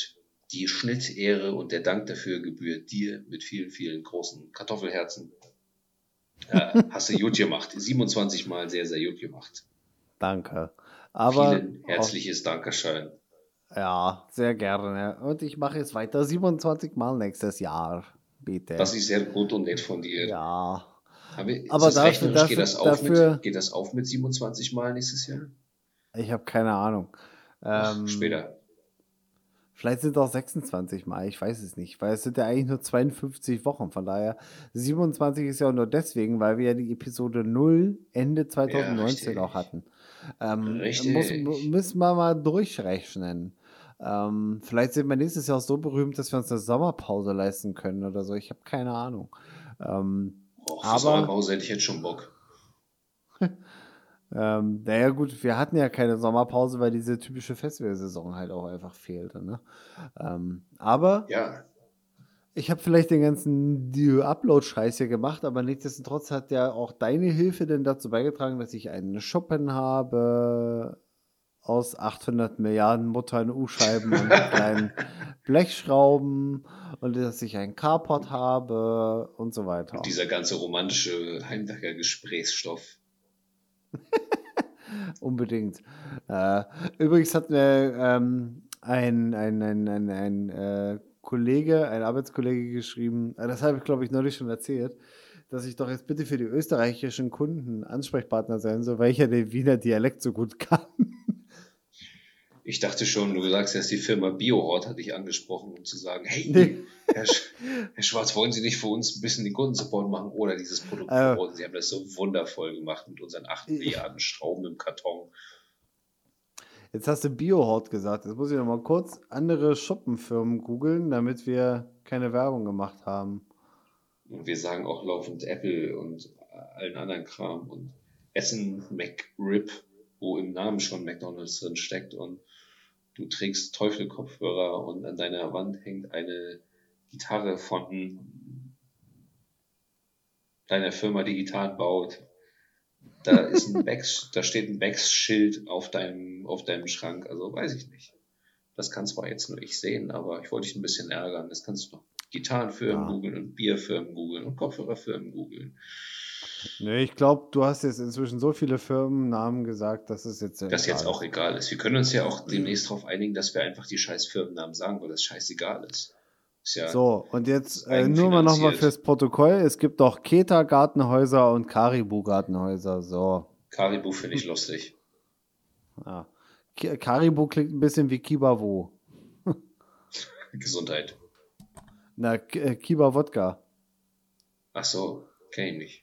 Die Schnittehre und der Dank dafür gebührt dir mit vielen, vielen großen Kartoffelherzen. Hast du gut gemacht. 27 Mal sehr, sehr gut gemacht. Danke. Aber Vielen herzliches Dankeschön. ja, sehr gerne. Und ich mache es weiter 27 Mal nächstes Jahr. Bitte. Das ist sehr gut und nett von dir. Ja. Aber ist rechnerisch, geht das auf mit 27 Mal nächstes Jahr? Ich habe keine Ahnung. Später. Vielleicht sind es auch 26 Mal, ich weiß es nicht, weil es sind ja eigentlich nur 52 Wochen, von daher 27 ist ja auch nur deswegen, weil wir ja die Episode 0 Ende 2019 auch hatten. Müssen wir mal durchrechnen. Vielleicht sind wir nächstes Jahr auch so berühmt, dass wir uns eine Sommerpause leisten können oder so, ich habe keine Ahnung. Für Sommerpause hätte ich jetzt schon Bock. Naja gut, wir hatten ja keine Sommerpause, weil diese typische Festivalsaison halt auch einfach fehlte. Ne? Aber ja. Ich habe vielleicht den ganzen Upload-Scheiß hier gemacht, aber nichtsdestotrotz hat ja auch deine Hilfe denn dazu beigetragen, dass ich einen Shoppen habe aus 800 Milliarden Muttern-U-Scheiben und kleinen Blechschrauben und dass ich einen Carport habe und so weiter. Und dieser ganze romantische Heimwerker-Gesprächsstoff. Unbedingt. Übrigens hat mir ein Kollege, ein Arbeitskollege geschrieben, das habe ich glaube ich neulich schon erzählt, dass ich doch jetzt bitte für die österreichischen Kunden Ansprechpartner sein soll, weil ich ja den Wiener Dialekt so gut kann. Ich dachte schon, du sagst jetzt, die Firma BioHort hat dich angesprochen, um zu sagen, hey, Herr Schwarz, wollen Sie nicht für uns ein bisschen den Kundensupport machen oder dieses Produkt promoten? Sie haben das so wundervoll gemacht mit unseren 8 Milliarden Schrauben im Karton. Jetzt hast du BioHort gesagt. Jetzt muss ich noch mal kurz andere Shoppenfirmen googeln, damit wir keine Werbung gemacht haben. Und wir sagen auch laufend Apple und allen anderen Kram und Essen McRib, wo im Namen schon McDonald's drin steckt und du trägst Teufel-Kopfhörer und an deiner Wand hängt eine Gitarre von deiner Firma, die Gitarren baut. Da ist da steht ein Becks-Schild auf deinem Schrank. Also weiß ich nicht. Das kann zwar jetzt nur ich sehen, aber ich wollte dich ein bisschen ärgern. Das kannst du noch Gitarrenfirmen googeln und Bierfirmen googeln und Kopfhörerfirmen googeln. Nee, ich glaube, du hast jetzt inzwischen so viele Firmennamen gesagt, dass es jetzt jetzt auch egal ist. Wir können uns ja auch demnächst darauf einigen, dass wir einfach die scheiß Firmennamen sagen, weil das scheißegal ist. Ja so, und jetzt nur mal nochmal fürs Protokoll. Es gibt doch Keta-Gartenhäuser und Karibu-Gartenhäuser. So. Karibu finde ich lustig. Ja. Karibu klingt ein bisschen wie Kibawo. Gesundheit. Na, Kiba-Wodka. Ach so, kenne ich nicht.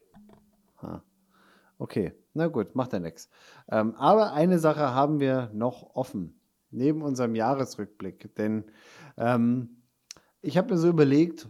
Okay, na gut, macht ja nichts. Aber eine Sache haben wir noch offen, neben unserem Jahresrückblick. Denn ich habe mir so überlegt,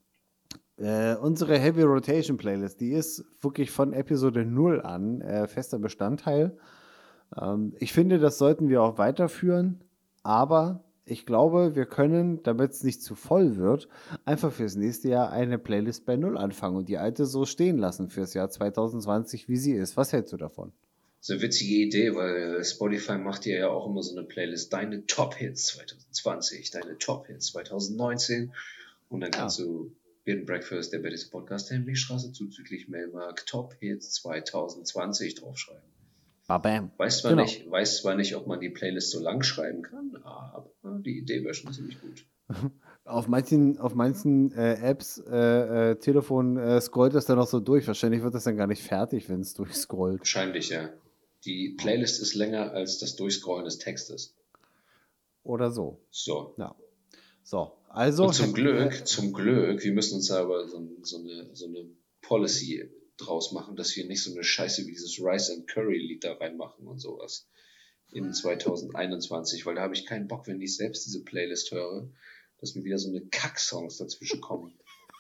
unsere Heavy Rotation Playlist, die ist wirklich von Episode 0 an fester Bestandteil. Ich finde, das sollten wir auch weiterführen, aber ich glaube, wir können, damit es nicht zu voll wird, einfach fürs nächste Jahr eine Playlist bei 0 anfangen und die alte so stehen lassen fürs Jahr 2020, wie sie ist. Was hältst du davon? Das ist eine witzige Idee, weil Spotify macht dir ja auch immer so eine Playlist, deine Top-Hits 2020, deine Top-Hits 2019 und dann kannst du Bed & Breakfast, der Betty's Podcast, der Milchstraße zuzüglich Mailmark, Top-Hits 2020 draufschreiben. Bam. Weiß zwar nicht, ob man die Playlist so lang schreiben kann, aber die Idee wäre schon ziemlich gut. Auf manchen Apps, Telefon scrollt das dann noch so durch. Wahrscheinlich wird das dann gar nicht fertig, wenn es durchscrollt. Wahrscheinlich, ja. Die Playlist ist länger als das Durchscrollen des Textes. Oder so. So. Ja. So, also. Und zum Glück, wir müssen uns aber so eine Policy draus machen, dass wir nicht so eine Scheiße wie dieses Rice and Curry Lied da reinmachen und sowas in 2021, weil da habe ich keinen Bock, wenn ich selbst diese Playlist höre, dass mir wieder so eine Kack-Songs dazwischen kommen.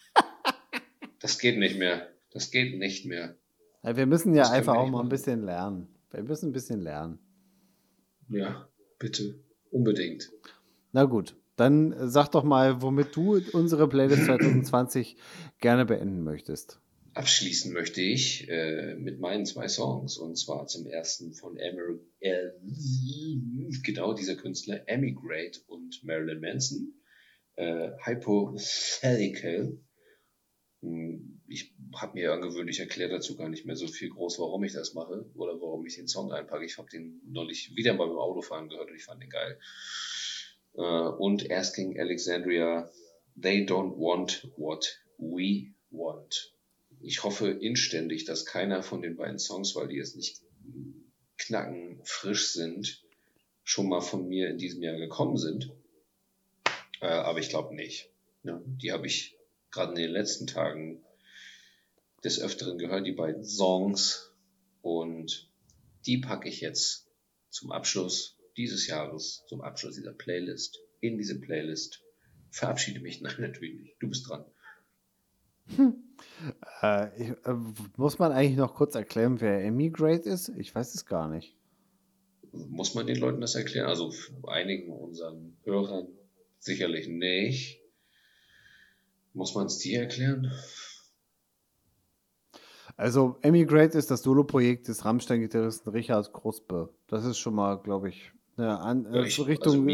Das geht nicht mehr. Ja, wir müssen ja einfach auch mal ein bisschen lernen. Wir müssen ein bisschen lernen. Ja, bitte. Unbedingt. Na gut, dann sag doch mal, womit du unsere Playlist 2020 gerne beenden möchtest. Abschließen möchte ich mit meinen 2 Songs. Und zwar zum ersten von genau dieser Künstler, Emigrate und Marilyn Manson. Hypothetical. Ich habe mir angewöhnt, ich erkläre dazu gar nicht mehr so viel groß, warum ich das mache oder warum ich den Song einpacke. Ich habe den neulich wieder mal beim Autofahren gehört und ich fand den geil. Und Asking Alexandria, they don't want what we want. Ich hoffe inständig, dass keiner von den beiden Songs, weil die jetzt nicht knacken frisch sind, schon mal von mir in diesem Jahr gekommen sind. Aber ich glaube nicht. Ja, die habe ich gerade in den letzten Tagen des Öfteren gehört, die beiden Songs. Und die packe ich jetzt zum Abschluss dieses Jahres, zum Abschluss dieser Playlist, in diese Playlist. Verabschiede mich. Nein, natürlich nicht. Du bist dran. Muss man eigentlich noch kurz erklären, wer Emigrate ist? Ich weiß es gar nicht. Muss man den Leuten das erklären? Also einigen unseren Hörern sicherlich nicht. Muss man es dir erklären? Also Emigrate ist das Soloprojekt des Rammstein-Gitarristen Richard Kruspe. Das ist schon mal, glaube ich, Richtung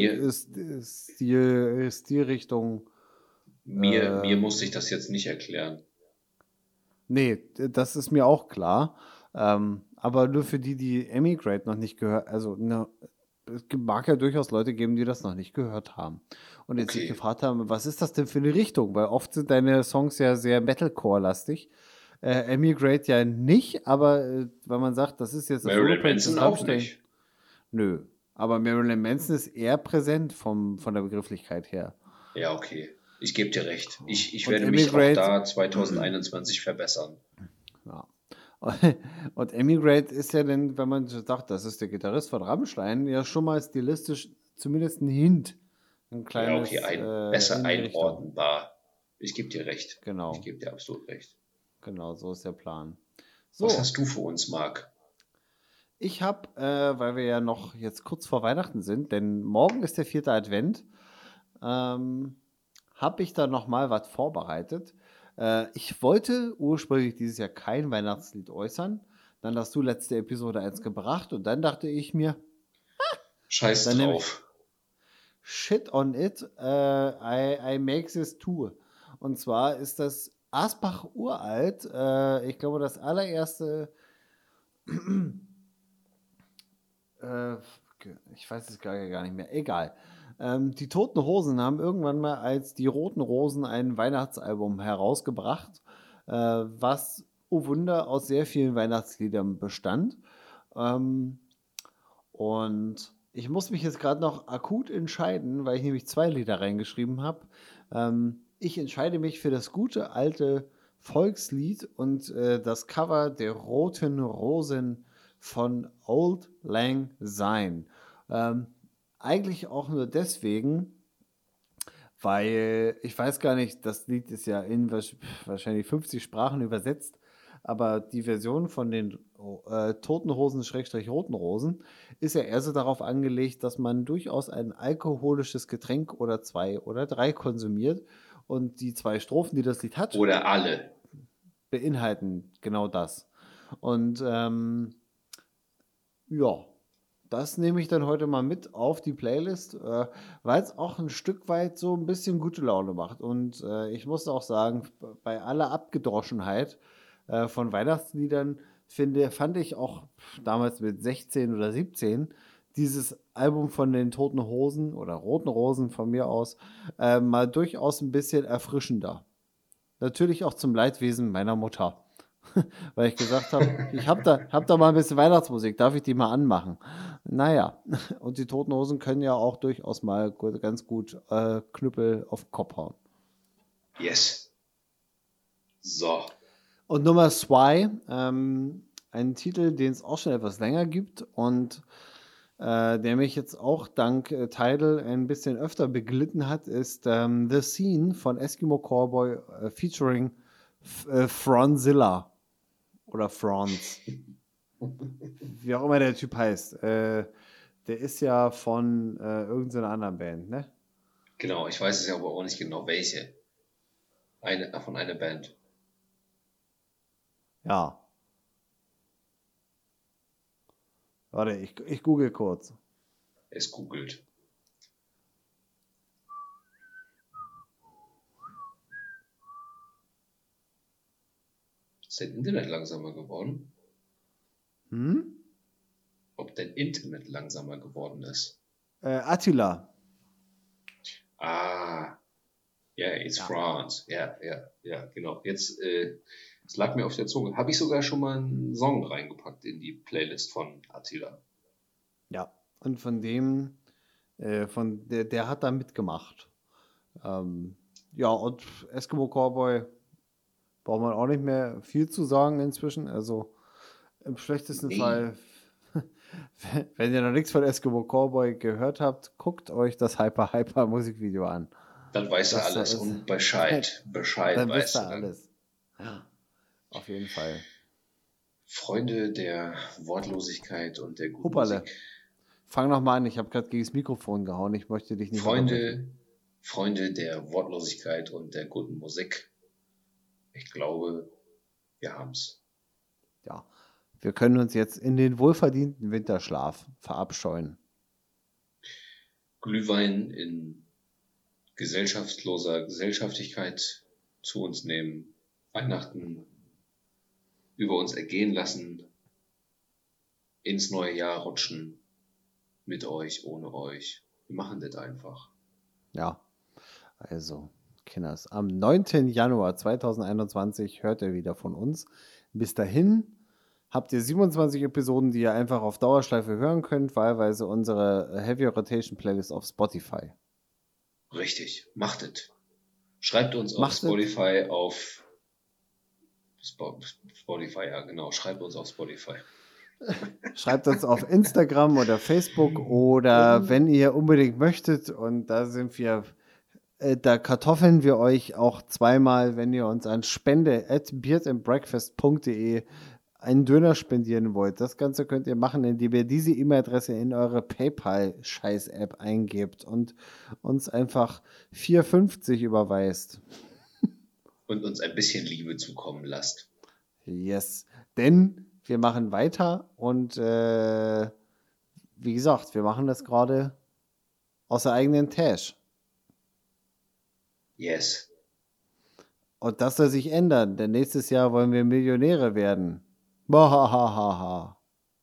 Stilrichtung. Mir muss ich das jetzt nicht erklären. Nee, das ist mir auch klar. Aber nur für die Emigrate noch nicht gehört, also es mag ja durchaus Leute geben, die das noch nicht gehört haben. Und jetzt sich gefragt haben, was ist das denn für eine Richtung? Weil oft sind deine Songs ja sehr Metalcore-lastig. Emigrate ja nicht, aber wenn man sagt, das ist jetzt das Marilyn Manson auch nicht. Nö, aber Marilyn Manson ist eher präsent von der Begrifflichkeit her. Ja, okay. Ich gebe dir recht. Ich werde mich auch da 2021 verbessern. Ja. Und Emigrate ist ja dann, wenn man sagt, das ist der Gitarrist von Rammstein, ja schon mal stilistisch zumindest ein Hint. Ein kleines, ja, okay, besser einordnbar. Ich gebe dir recht. Genau. Ich gebe dir absolut recht. Genau, so ist der Plan. So. Was hast du für uns, Marc? Ich habe, weil wir ja noch jetzt kurz vor Weihnachten sind, denn morgen ist der 4. Advent, habe ich da nochmal was vorbereitet. Ich wollte ursprünglich dieses Jahr kein Weihnachtslied äußern. Dann hast du letzte Episode eins gebracht und dann dachte ich mir, Scheiß drauf. Shit on it, I make this too. Und zwar ist das Asbach uralt. Ich glaube, das allererste, ich weiß es gar nicht mehr, egal. Die Toten Hosen haben irgendwann mal als die Roten Rosen ein Weihnachtsalbum herausgebracht, was, oh Wunder, aus sehr vielen Weihnachtsliedern bestand. Und ich muss mich jetzt gerade noch akut entscheiden, weil ich nämlich 2 Lieder reingeschrieben habe. Ich entscheide mich für das gute alte Volkslied und das Cover der Roten Rosen von Auld Lang Syne. Eigentlich auch nur deswegen, weil ich weiß gar nicht, das Lied ist ja in wahrscheinlich 50 Sprachen übersetzt, aber die Version von den Toten Hosen / Roten Rosen ist ja eher so darauf angelegt, dass man durchaus ein alkoholisches Getränk oder 2 oder 3 konsumiert und die 2 Strophen, die das Lied hat, oder alle, beinhalten genau das. Und ja, das nehme ich dann heute mal mit auf die Playlist, weil es auch ein Stück weit so ein bisschen gute Laune macht. Und ich muss auch sagen, bei aller Abgedroschenheit von Weihnachtsliedern fand ich auch damals mit 16 oder 17 dieses Album von den Toten Hosen oder Roten Rosen von mir aus mal durchaus ein bisschen erfrischender. Natürlich auch zum Leidwesen meiner Mutter. Weil ich gesagt habe, ich hab da mal ein bisschen Weihnachtsmusik, darf ich die mal anmachen? Naja, und die Toten Hosen können ja auch durchaus mal ganz gut Knüppel auf den Kopf hauen. Yes. So. Und Nummer 2, ein Titel, den es auch schon etwas länger gibt und der mich jetzt auch dank Tidal ein bisschen öfter beglitten hat, ist The Scene von Eskimo Callboy featuring Franzilla. Oder Franz. Wie auch immer der Typ heißt. Der ist ja von irgendeiner anderen Band, ne? Genau, ich weiß es ja aber auch nicht genau, welche. Von einer Band. Ja. Warte, ich google kurz. Es googelt. Ist dein Internet langsamer geworden? Hm? Ob dein Internet langsamer geworden ist? Attila. Ah, yeah, it's Ja. France. Ja, genau. Jetzt, es lag mir auf der Zunge. Habe ich sogar schon mal einen Song reingepackt in die Playlist von Attila. Ja. Und von dem, der hat da mitgemacht. Ja, und Eskimo Cowboy braucht man auch nicht mehr viel zu sagen inzwischen. Also im schlechtesten Nee. Fall, wenn ihr noch nichts von Eskimo Cowboy gehört habt, guckt euch das Hyper Musikvideo an. Dann weißt du Das da alles ist- und Bescheid. Bescheid Dann weißt wisst du ihr dann. alles. Ja, auf jeden Fall. Freunde der Wortlosigkeit und der guten Hupperle. Musik. Fang noch mal an, ich habe gerade gegen das Mikrofon gehauen. Ich möchte dich nicht unterbrechen. Freunde der Wortlosigkeit und der guten Musik. Ich glaube, wir haben's. Ja, wir können uns jetzt in den wohlverdienten Winterschlaf verabscheuen. Glühwein in gesellschaftsloser Gesellschaftigkeit zu uns nehmen, Weihnachten über uns ergehen lassen, ins neue Jahr rutschen, mit euch, ohne euch. Wir machen das einfach. Ja, also, Kinders, am 9. Januar 2021 hört ihr wieder von uns. Bis dahin habt ihr 27 Episoden, die ihr einfach auf Dauerschleife hören könnt, wahlweise unsere Heavy Rotation Playlist auf Spotify. Richtig, macht es. Schreibt uns auf Macht es. Spotify auf Spotify, ja genau, schreibt uns auf Spotify. Schreibt uns auf Instagram oder Facebook oder wenn ihr unbedingt möchtet, und da sind wir, da kartoffeln wir euch auch zweimal, wenn ihr uns an spende@beardandbreakfast.de einen Döner spendieren wollt. Das Ganze könnt ihr machen, indem ihr diese E-Mail-Adresse in eure PayPal-Scheiß-App eingebt und uns einfach 4,50 überweist. Und uns ein bisschen Liebe zukommen lasst. Yes, denn wir machen weiter und wie gesagt, wir machen das gerade aus der eigenen Tasche. Yes. Und das soll sich ändern, denn nächstes Jahr wollen wir Millionäre werden. Bahahaha.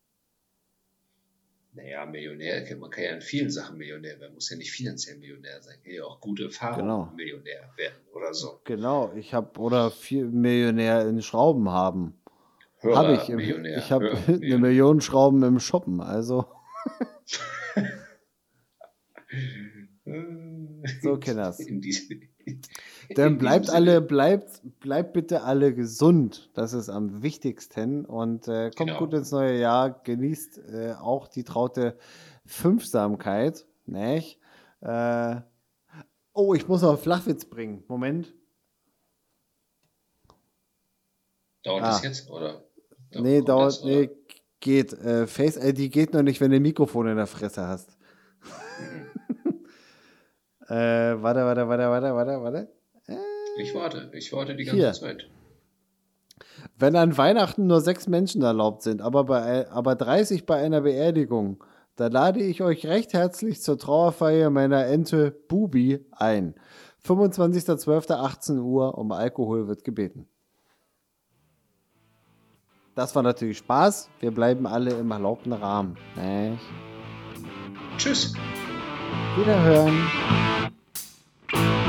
Naja, Millionär, man kann ja in vielen Sachen Millionär werden, muss ja nicht finanziell Millionär sein, kann ja auch gute Erfahrungen Genau. Millionär werden oder so. Genau, oder 4 Millionär in Schrauben haben. Habe ich. Millionär, Ich habe eine Millionär. Million Schrauben im Shoppen, also so, Kinders. In diesem- Dann in bleibt diesem Sinne. bleibt bitte alle gesund. Das ist am wichtigsten. Und kommt Genau. gut ins neue Jahr. Genießt auch die traute Fünfsamkeit. Nicht? Oh, ich muss noch einen Flachwitz bringen. Moment. Dauert das jetzt? Oder? Nee, kommt dauert. das, oder? Nee, geht. Face ID geht noch nicht, wenn du ein Mikrofon in der Fresse hast. Warte. Ich warte die Hier. ganze Zeit. Wenn an Weihnachten nur 6 Menschen erlaubt sind, aber 30 bei einer Beerdigung, dann lade ich euch recht herzlich zur Trauerfeier meiner Ente Bubi ein. 25.12.18 Uhr, um Alkohol wird gebeten. Das war natürlich Spaß. Wir bleiben alle im erlaubten Rahmen. Tschüss. Wiederhören.